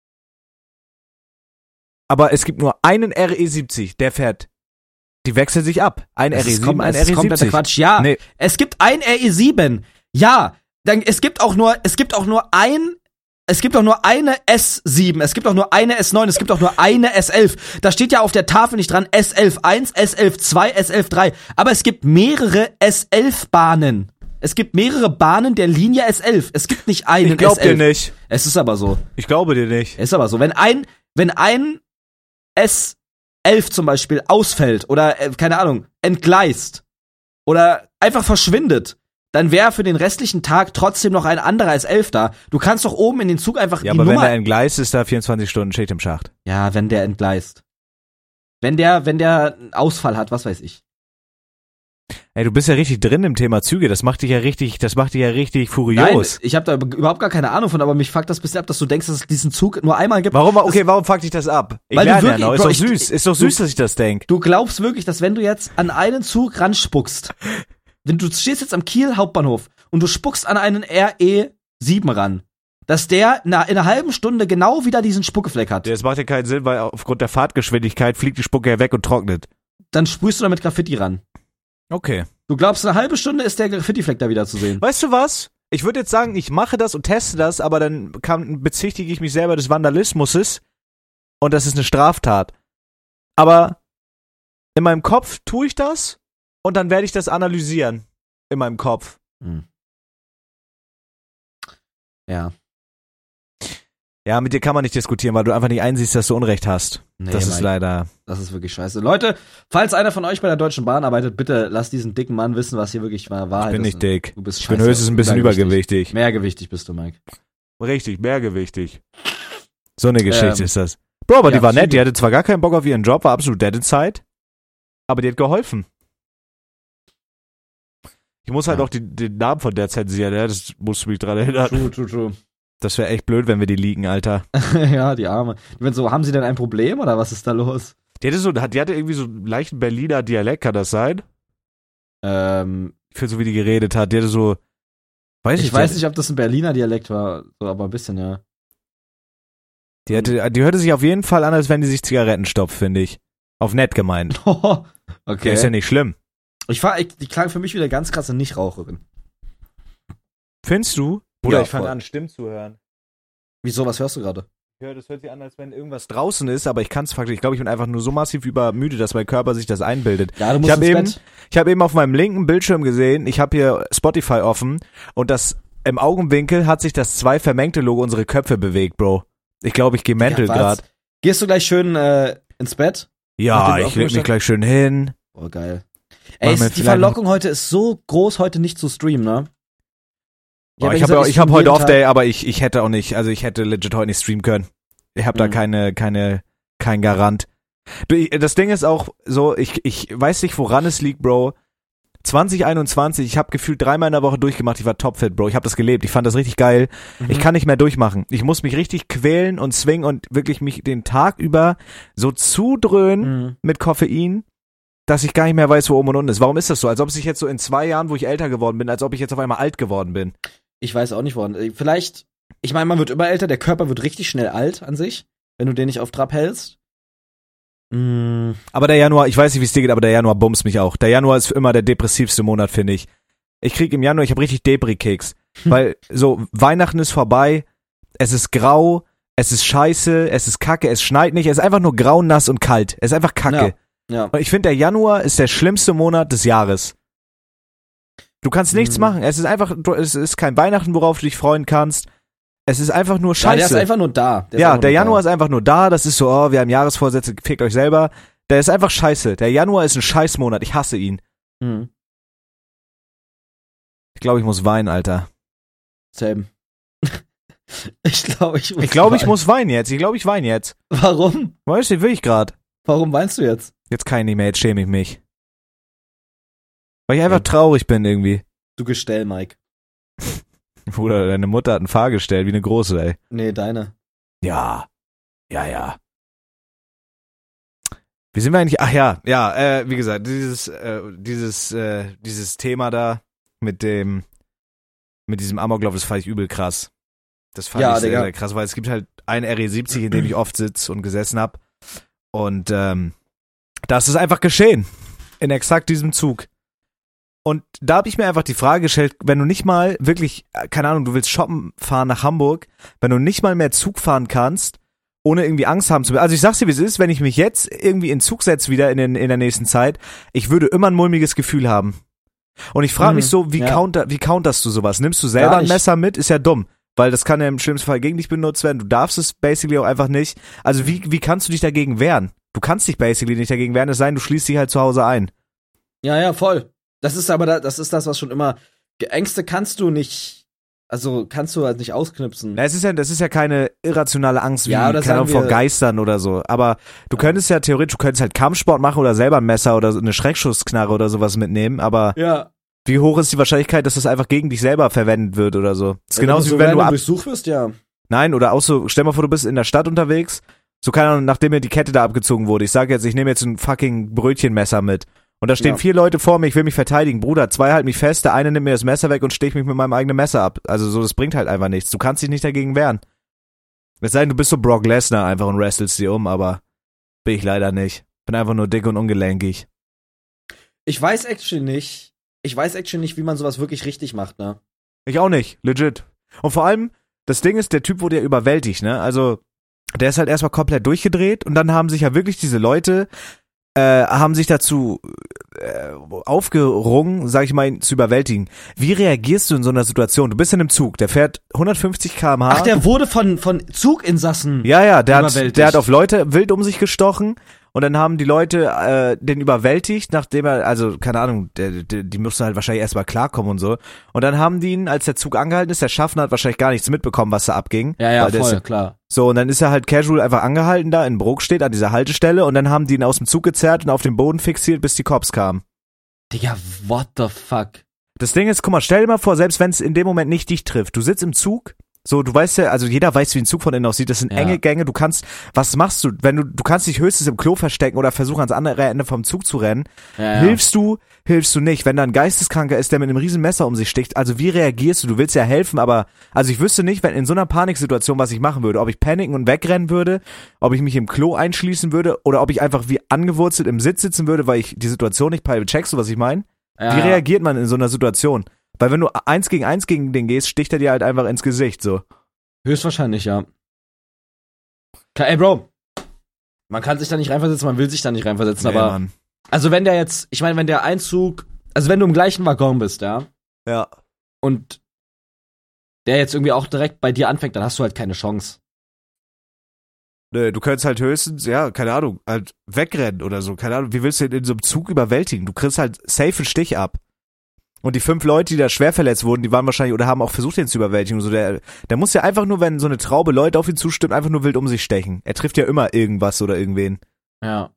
Aber es gibt nur einen RE70, der fährt. Die wechseln sich ab. Ein RE7, ein RE70. Das ist kompletter Quatsch. Ja, nee. Es gibt ein RE7. Ja, dann es gibt auch nur eine S7, es gibt auch nur eine S9, es gibt auch nur eine S11. Da steht ja auf der Tafel nicht dran S11.1, S11.2, S11.3. Aber es gibt mehrere S11-Bahnen. Es gibt mehrere Bahnen der Linie S11. Es gibt nicht einen S11. Ich glaub dir nicht. Es ist aber so. Ich glaube dir nicht. Es ist aber so. Wenn ein S11 zum Beispiel ausfällt oder, keine Ahnung, entgleist oder einfach verschwindet, dann wäre für den restlichen Tag trotzdem noch ein anderer S11 da. Du kannst doch oben in den Zug einfach die Nummer... Ja, aber wenn der entgleist, ist da 24 Stunden Schicht im Schacht. Ja, wenn der entgleist. Wenn der einen Ausfall hat, was weiß ich. Ey, du bist ja richtig drin im Thema Züge, das macht dich ja richtig furios. Nein, ich habe da überhaupt gar keine Ahnung von, aber mich fuckt das ein bisschen ab, dass du denkst, dass es diesen Zug nur einmal gibt. Warum fuckt dich das ab? Ich lerne ja noch, ist doch süß, dass ich das denk. Du glaubst wirklich, dass wenn du jetzt an einen Zug ranspuckst, wenn du stehst jetzt am Kiel Hauptbahnhof und du spuckst an einen RE7 ran, dass der in einer halben Stunde genau wieder diesen Spuckefleck hat. Das macht ja keinen Sinn, weil aufgrund der Fahrtgeschwindigkeit fliegt die Spucke ja weg und trocknet. Dann sprühst du damit Graffiti ran. Okay. Du glaubst, eine halbe Stunde ist der Graffiti-Fleck da wieder zu sehen. Weißt du was? Ich würde jetzt sagen, ich mache das und teste das, aber dann bezichtige ich mich selber des Vandalismus und das ist eine Straftat. Aber in meinem Kopf tue ich das und dann werde ich das analysieren. In meinem Kopf. Ja. Ja, mit dir kann man nicht diskutieren, weil du einfach nicht einsiehst, dass du Unrecht hast. Nee, das ist leider... Das ist wirklich scheiße. Leute, falls einer von euch bei der Deutschen Bahn arbeitet, bitte lasst diesen dicken Mann wissen, was hier wirklich Wahrheit ist. Ich bin nicht dick. Du bist ich bin höchstens ein bisschen übergewichtig. Mehrgewichtig bist du, Mike. Richtig, mehrgewichtig. So eine Geschichte ist das. Bro, aber die war nett. Die hatte zwar gar keinen Bock auf ihren Job, war absolut dead inside. Aber die hat geholfen. Ich muss halt auch den Namen von der zensieren, ja? Das musst du mich dran erinnern. True. Das wäre echt blöd, wenn wir die liegen, Alter. Ja, die Arme. Wenn so, haben sie denn ein Problem oder was ist da los? Die hatte irgendwie so einen leichten Berliner Dialekt, kann das sein? Ich finde so, wie die geredet hat. Die hatte so, ich weiß nicht, ob das ein Berliner Dialekt war, so, aber ein bisschen, ja. Die hörte sich auf jeden Fall an, als wenn die sich Zigaretten stopft, finde ich. Auf nett gemeint. Okay. Ist ja nicht schlimm. Die klang für mich wieder ganz krasse Nichtraucherin. Findest du? Bruder, ich fange an, Stimmen zu hören. Wieso, was hörst du gerade? Ja, das hört sich an, als wenn irgendwas draußen ist, aber ich kann es faktisch. Ich glaube, ich bin einfach nur so massiv übermüdet, dass mein Körper sich das einbildet. Ja, du musst ich habe eben auf meinem linken Bildschirm gesehen, ich habe hier Spotify offen und im Augenwinkel hat sich das 2 vermengte Logo unsere Köpfe bewegt, Bro. Ich glaube, ich gehe mental gerade. Gehst du gleich schön ins Bett? Ja, ich leg mich gleich schön hin. Oh, geil. Ey, die Verlockung heute ist so groß, heute nicht zu streamen, ne? Ich habe heute Off-Day, aber ich hätte auch nicht, also ich hätte legit heute nicht streamen können. Ich habe da kein Garant. Das Ding ist auch so, ich weiß nicht, woran es liegt, Bro. 2021, ich habe gefühlt 3-mal in der Woche durchgemacht, ich war topfit, Bro. Ich habe das gelebt, ich fand das richtig geil. Ich kann nicht mehr durchmachen. Ich muss mich richtig quälen und zwingen und wirklich mich den Tag über so zudröhnen mit Koffein, dass ich gar nicht mehr weiß, wo oben und unten ist. Warum ist das so? Als ob ich jetzt so in 2 Jahren, wo ich älter geworden bin, als ob ich jetzt auf einmal alt geworden bin. Ich weiß auch nicht, woran. Vielleicht, ich meine, man wird immer älter, der Körper wird richtig schnell alt an sich, wenn du den nicht auf Trab hältst. Aber der Januar, ich weiß nicht, wie es dir geht, aber der Januar bumst mich auch. Der Januar ist immer der depressivste Monat, finde ich. Ich krieg im Januar, ich habe richtig Depri-Kicks. Weil so, Weihnachten ist vorbei, es ist grau, es ist scheiße, es ist kacke, es schneit nicht, es ist einfach nur grau, nass und kalt. Es ist einfach kacke. Ja. Und ich finde, der Januar ist der schlimmste Monat des Jahres. Du kannst nichts machen. Es ist kein Weihnachten, worauf du dich freuen kannst. Es ist einfach nur scheiße. Ja, der ist einfach nur da. Der Januar ist einfach nur da. Das ist so, wir haben Jahresvorsätze, fickt euch selber. Der ist einfach scheiße. Der Januar ist ein Scheißmonat. Ich hasse ihn. Ich glaube, ich muss weinen, Alter. Same. Ich glaube, ich muss weinen jetzt. Ich glaube, ich weine jetzt. Warum? Weißt du, will ich gerade. Warum weinst du jetzt? Jetzt kann ich nicht mehr, jetzt schäme ich mich. Weil ich einfach traurig bin irgendwie. Du Gestell, Mike. Bruder, deine Mutter hat ein Fahrgestell wie eine große, ey. Nee, deine. Ja. Wie sind wir eigentlich? Ach ja, wie gesagt, dieses Thema da mit diesem Amoklauf, das fand ich übel krass. Das fand ich sehr, sehr krass, weil es gibt halt einen RE70, in dem ich oft sitze und gesessen hab. Und das ist einfach geschehen. In exakt diesem Zug. Und da habe ich mir einfach die Frage gestellt, wenn du nicht mal wirklich, keine Ahnung, du willst shoppen fahren nach Hamburg, wenn du nicht mal mehr Zug fahren kannst, ohne irgendwie Angst haben zu müssen. Also ich sag's dir, wie es ist, wenn ich mich jetzt irgendwie in Zug setze wieder in der nächsten Zeit, ich würde immer ein mulmiges Gefühl haben. Und ich frage mich so, wie counterst du sowas? Nimmst du selber ein Messer mit? Ist ja dumm. Weil das kann ja im schlimmsten Fall gegen dich benutzt werden. Du darfst es basically auch einfach nicht. Also wie kannst du dich dagegen wehren? Du kannst dich basically nicht dagegen wehren, es sei denn, du schließt dich halt zu Hause ein. Ja, voll. Das ist das, was schon immer, Ängste kannst du nicht, also kannst du halt nicht ausknipsen. Das ist ja keine irrationale Angst, wie keine Ahnung, vor Geistern oder so. Aber du könntest ja theoretisch, halt Kampfsport machen oder selber ein Messer oder eine Schreckschussknarre oder sowas mitnehmen, aber wie hoch ist die Wahrscheinlichkeit, dass das einfach gegen dich selber verwendet wird oder so? Das ist genauso wie wenn du durchsucht wirst, ja. Nein, oder auch so, stell mal vor, du bist in der Stadt unterwegs, so keine Ahnung, nachdem mir die Kette da abgezogen wurde. Ich sage jetzt, ich nehme jetzt ein fucking Brötchenmesser mit. Und da stehen 4 Leute vor mir, ich will mich verteidigen. Bruder, 2 halten mich fest, der eine nimmt mir das Messer weg und sticht mich mit meinem eigenen Messer ab. Also so, das bringt halt einfach nichts. Du kannst dich nicht dagegen wehren. Es sei denn, du bist so Brock Lesnar einfach und wrestelst sie um, aber bin ich leider nicht. Bin einfach nur dick und ungelenkig. Ich weiß actually nicht, wie man sowas wirklich richtig macht, ne? Ich auch nicht, legit. Und vor allem, das Ding ist, der Typ wurde ja überwältigt, ne? Also, der ist halt erstmal komplett durchgedreht und dann haben sich ja wirklich diese Leute haben sich dazu aufgerungen, sag ich mal, ihn zu überwältigen. Wie reagierst du in so einer Situation? Du bist in einem Zug, der fährt 150 km/h. Ach, der wurde von Zuginsassen der hat auf Leute wild um sich gestochen und dann haben die Leute den überwältigt, nachdem er, also keine Ahnung, die mussten halt wahrscheinlich erstmal klarkommen und so. Und dann haben die ihn, als der Zug angehalten ist, der Schaffner hat wahrscheinlich gar nichts mitbekommen, was da abging. Ja, voll, klar. So, und dann ist er halt casual einfach angehalten da in Brokstedt an dieser Haltestelle und dann haben die ihn aus dem Zug gezerrt und auf den Boden fixiert, bis die Cops kamen. Digga, what the fuck? Das Ding ist, guck mal, stell dir mal vor, selbst wenn es in dem Moment nicht dich trifft, du sitzt im Zug, so, du weißt ja, also jeder weiß, wie ein Zug von innen aussieht, das sind enge Gänge, was machst du, wenn du kannst dich höchstens im Klo verstecken oder versuchen, ans andere Ende vom Zug zu rennen, hilfst du nicht, wenn da ein Geisteskranker ist, der mit einem riesen Messer um sich sticht, also wie reagierst du, willst ja helfen, aber, also ich wüsste nicht, wenn in so einer Paniksituation, was ich machen würde, ob ich paniken und wegrennen würde, ob ich mich im Klo einschließen würde oder ob ich einfach wie angewurzelt im Sitz sitzen würde, weil ich die Situation nicht peile, checkst du, was ich meine? Wie reagiert man in so einer Situation? Weil wenn du 1 gegen 1 gegen den gehst, sticht er dir halt einfach ins Gesicht, so. Höchstwahrscheinlich, ja. Ey, Bro. Man kann sich da nicht reinversetzen, man will sich da nicht reinversetzen, aber. Mann. Also wenn der jetzt, ich meine, wenn der Einzug, also wenn du im gleichen Waggon bist, ja. Ja. Und der jetzt irgendwie auch direkt bei dir anfängt, dann hast du halt keine Chance. Nö, du könntest halt höchstens, ja, keine Ahnung, halt wegrennen oder so, keine Ahnung. Wie willst du den in so einem Zug überwältigen? Du kriegst halt safe einen Stich ab. Und die 5 Leute, die da schwer verletzt wurden, die waren wahrscheinlich oder haben auch versucht, den zu überwältigen. So, der muss ja einfach nur, wenn so eine Traube Leute auf ihn zustimmt, einfach nur wild um sich stechen. Er trifft ja immer irgendwas oder irgendwen. Ja.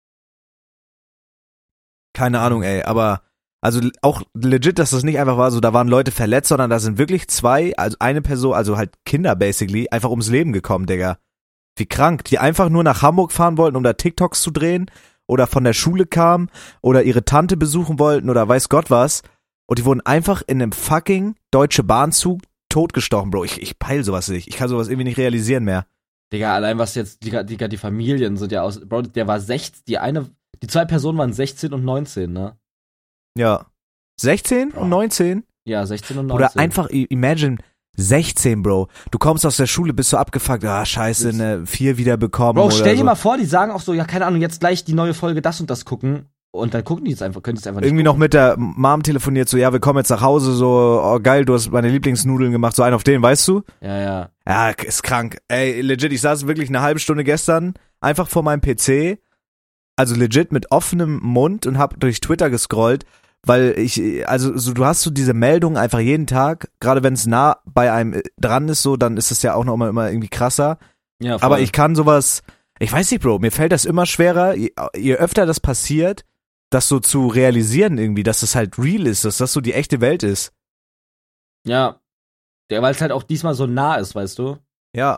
Keine Ahnung, ey, aber also auch legit, dass das nicht einfach war, so da waren Leute verletzt, sondern da sind wirklich 2, also eine Person, also halt Kinder basically, einfach ums Leben gekommen, Digga. Wie krank, die einfach nur nach Hamburg fahren wollten, um da TikToks zu drehen oder von der Schule kamen oder ihre Tante besuchen wollten oder weiß Gott was. Und die wurden einfach in einem fucking Deutsche Bahnzug totgestochen, Bro. Ich peil sowas nicht. Ich kann sowas irgendwie nicht realisieren mehr. Digga, allein was jetzt, die Familien sind ja aus, Bro, der war 16, die 2 Personen waren 16 und 19, ne? Ja. 16 und 19? Ja, 16 und 19. Oder einfach, imagine, 16, Bro. Du kommst aus der Schule, bist so abgefuckt, scheiße, eine 4 wieder bekommen. Bro, oder stell dir so. mal vor, die sagen auch so, ja, keine Ahnung, jetzt gleich die neue Folge das und das gucken. Und dann gucken die jetzt einfach, können die es einfach nicht irgendwie gucken. Noch mit der Mom telefoniert, so, ja, wir kommen jetzt nach Hause, so, oh geil, du hast meine Lieblingsnudeln gemacht, so einen auf den, weißt du? Ja. Ja, ist krank. Ey, legit, ich saß wirklich eine halbe Stunde gestern einfach vor meinem PC, also legit mit offenem Mund und hab durch Twitter gescrollt, weil du hast so diese Meldungen einfach jeden Tag, gerade wenn es nah bei einem dran ist, so, dann ist es ja auch noch immer irgendwie krasser. Ja, voll. Aber ich kann sowas, ich weiß nicht, Bro, mir fällt das immer schwerer, je öfter das passiert, das so zu realisieren irgendwie, dass das halt real ist, dass das so die echte Welt ist. Ja, weil es halt auch diesmal so nah ist, weißt du? Ja.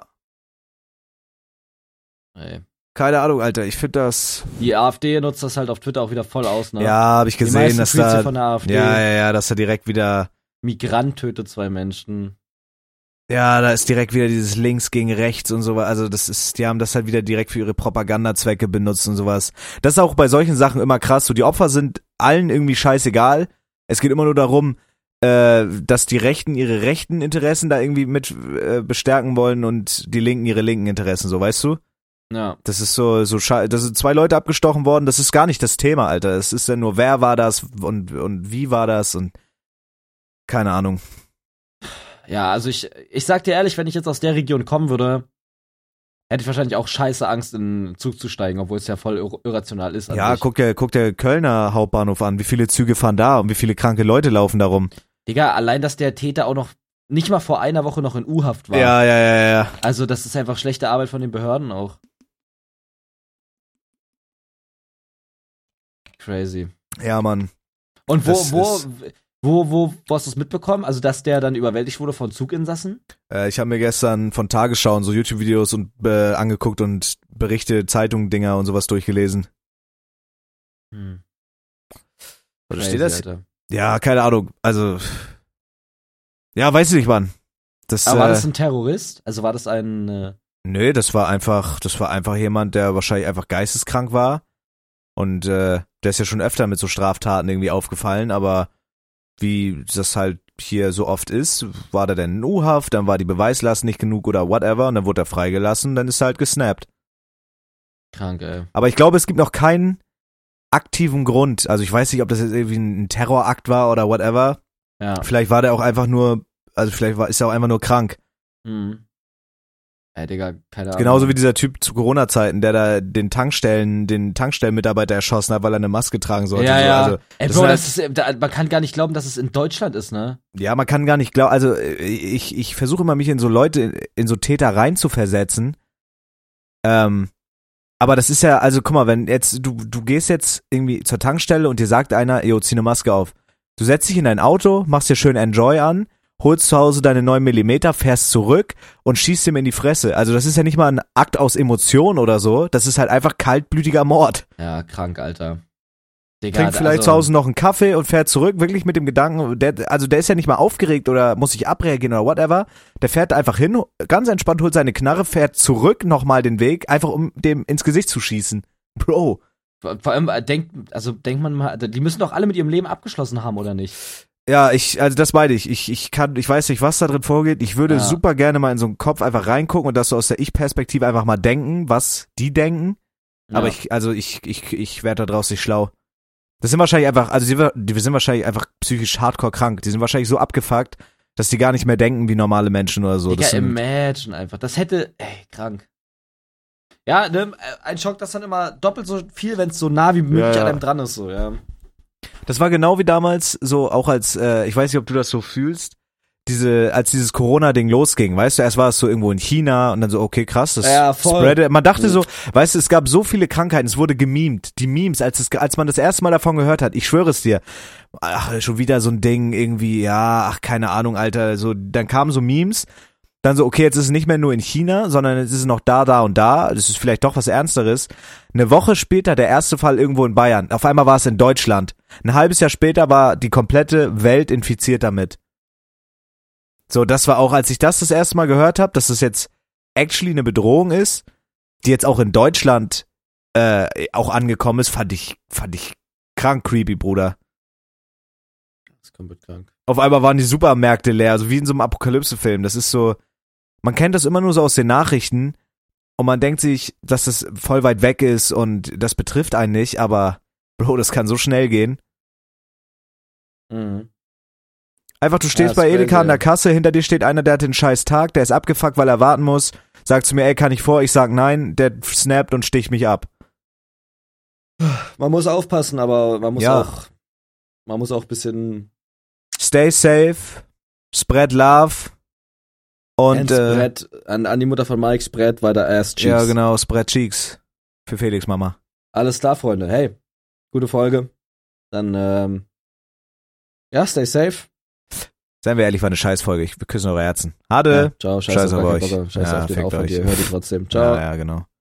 Ey. Keine Ahnung, Alter, ich finde das... Die AfD nutzt das halt auf Twitter auch wieder voll aus, ne? Ja, habe ich gesehen, dass da... von der AfD. Ja, dass er direkt wieder... Migrant tötet 2 Menschen. Ja, da ist direkt wieder dieses Links gegen Rechts und sowas. Also die haben das halt wieder direkt für ihre Propagandazwecke benutzt und sowas. Das ist auch bei solchen Sachen immer krass. So, die Opfer sind allen irgendwie scheißegal. Es geht immer nur darum, dass die Rechten ihre rechten Interessen da irgendwie mit bestärken wollen und die Linken ihre linken Interessen, so, weißt du? Ja. Das ist so da sind 2 Leute abgestochen worden. Das ist gar nicht das Thema, Alter. Es ist ja nur, wer war das und wie war das und keine Ahnung. Ja, also ich sag dir ehrlich, wenn ich jetzt aus der Region kommen würde, hätte ich wahrscheinlich auch scheiße Angst, in den Zug zu steigen, obwohl es ja voll irrational ist. Ja, guck der Kölner Hauptbahnhof an. Wie viele Züge fahren da und wie viele kranke Leute laufen da rum? Digga, allein, dass der Täter auch noch nicht mal vor einer Woche noch in U-Haft war. Ja. Also das ist einfach schlechte Arbeit von den Behörden auch. Crazy. Ja, Mann. Und wo hast du es mitbekommen? Also, dass der dann überwältigt wurde von Zuginsassen? Ich habe mir gestern von Tagesschau so YouTube-Videos und angeguckt und Berichte, Zeitungen, Dinger und sowas durchgelesen. Versteht das? Alter. Ja, keine Ahnung. Also, ja, weiß ich nicht, Mann. Aber war das ein Terrorist? Also war das ein... Nö, das war einfach jemand, der wahrscheinlich einfach geisteskrank war. Und der ist ja schon öfter mit so Straftaten irgendwie aufgefallen, aber wie das halt hier so oft ist, war der dann in U-Haft, dann war die Beweislast nicht genug oder whatever und dann wurde er freigelassen, dann ist er halt gesnappt. Krank, ey. Aber ich glaube, es gibt noch keinen aktiven Grund. Also ich weiß nicht, ob das jetzt irgendwie ein Terrorakt war oder whatever. Ja. Vielleicht war der auch einfach nur, ist er auch einfach nur krank. Ey, Digga, keine Ahnung. Genauso wie dieser Typ zu Corona-Zeiten, der da den Tankstellenmitarbeiter erschossen hat, weil er eine Maske tragen sollte. Ja. So. Also, ey, Bro, man kann gar nicht glauben, dass es in Deutschland ist, ne? Ja, man kann gar nicht glauben, also ich versuche immer, mich in so Leute, in so Täter rein zu versetzen. Aber das ist ja, also guck mal, wenn jetzt, du gehst jetzt irgendwie zur Tankstelle und dir sagt einer, yo, zieh eine Maske auf. Du setzt dich in dein Auto, machst dir schön Enjoy an, holst zu Hause deine 9 mm, fährst zurück und schießt ihm in die Fresse. Also das ist ja nicht mal ein Akt aus Emotion oder so, das ist halt einfach kaltblütiger Mord. Ja, krank, Alter. Digga, trinkt vielleicht zu Hause noch einen Kaffee und fährt zurück, wirklich mit dem Gedanken, der ist ja nicht mal aufgeregt oder muss sich abreagieren oder whatever. Der fährt einfach hin, ganz entspannt, holt seine Knarre, fährt zurück nochmal den Weg, einfach um dem ins Gesicht zu schießen. Bro. Vor allem, denkt man mal, die müssen doch alle mit ihrem Leben abgeschlossen haben, oder nicht? Ja, also das meine ich. Ich weiß nicht, was da drin vorgeht. Ich würde super gerne mal in so einen Kopf einfach reingucken und das so aus der Ich-Perspektive einfach mal denken, was die denken. Ja. Aber ich werde da draus nicht schlau. Das sind wahrscheinlich einfach, also wir sind wahrscheinlich einfach psychisch hardcore krank. Die sind wahrscheinlich so abgefuckt, dass die gar nicht mehr denken wie normale Menschen oder so. Digga, imagine einfach. Das hätte, krank. Ja, ne, ein Schock, das dann immer doppelt so viel, wenn es so nah wie möglich an einem dran ist, so, ja. Das war genau wie damals, so auch als, ich weiß nicht, ob du das so fühlst, als dieses Corona-Ding losging, weißt du, erst war es so irgendwo in China und dann so, okay, krass, das spreadet. Man dachte so, weißt du, es gab so viele Krankheiten, es wurde gemimt. Die Memes, als man das erste Mal davon gehört hat, ich schwöre es dir, schon wieder so ein Ding irgendwie, keine Ahnung, Alter, so, dann kamen so Memes, dann so, okay, jetzt ist es nicht mehr nur in China, sondern jetzt ist es noch da und da, das ist vielleicht doch was Ernsteres. Eine Woche später der erste Fall irgendwo in Bayern, auf einmal war es in Deutschland. Ein halbes Jahr später war die komplette Welt infiziert damit. So, das war auch, als ich das erste Mal gehört habe, dass das jetzt actually eine Bedrohung ist, die jetzt auch in Deutschland auch angekommen ist, fand ich krank creepy, Bruder. Das ist komplett krank. Auf einmal waren die Supermärkte leer, so wie in so einem Apokalypse-Film. Das ist so, man kennt das immer nur so aus den Nachrichten und man denkt sich, dass das voll weit weg ist und das betrifft einen nicht, aber Bro, das kann so schnell gehen. Mhm. Einfach, du stehst bei Edeka an der Kasse, hinter dir steht einer, der hat den scheiß Tag, der ist abgefuckt, weil er warten muss, sagt zu mir, ey, kann ich vor? Ich sag nein, der snappt und sticht mich ab. Man muss aufpassen, aber man muss auch ein bisschen stay safe, spread love und spread, an die Mutter von Mike, spread weiter ass cheeks. Ja, genau, spread cheeks für Felix Mama. Alles klar, Freunde. Hey, gute Folge. Dann stay safe. Seien wir ehrlich, war eine Scheißfolge. Wir küssen eure Herzen. Hade. Ja, ciao, scheiß auf euch. Scheiß auf den Aufwand, ihr hört die trotzdem. Ciao. Ja, genau.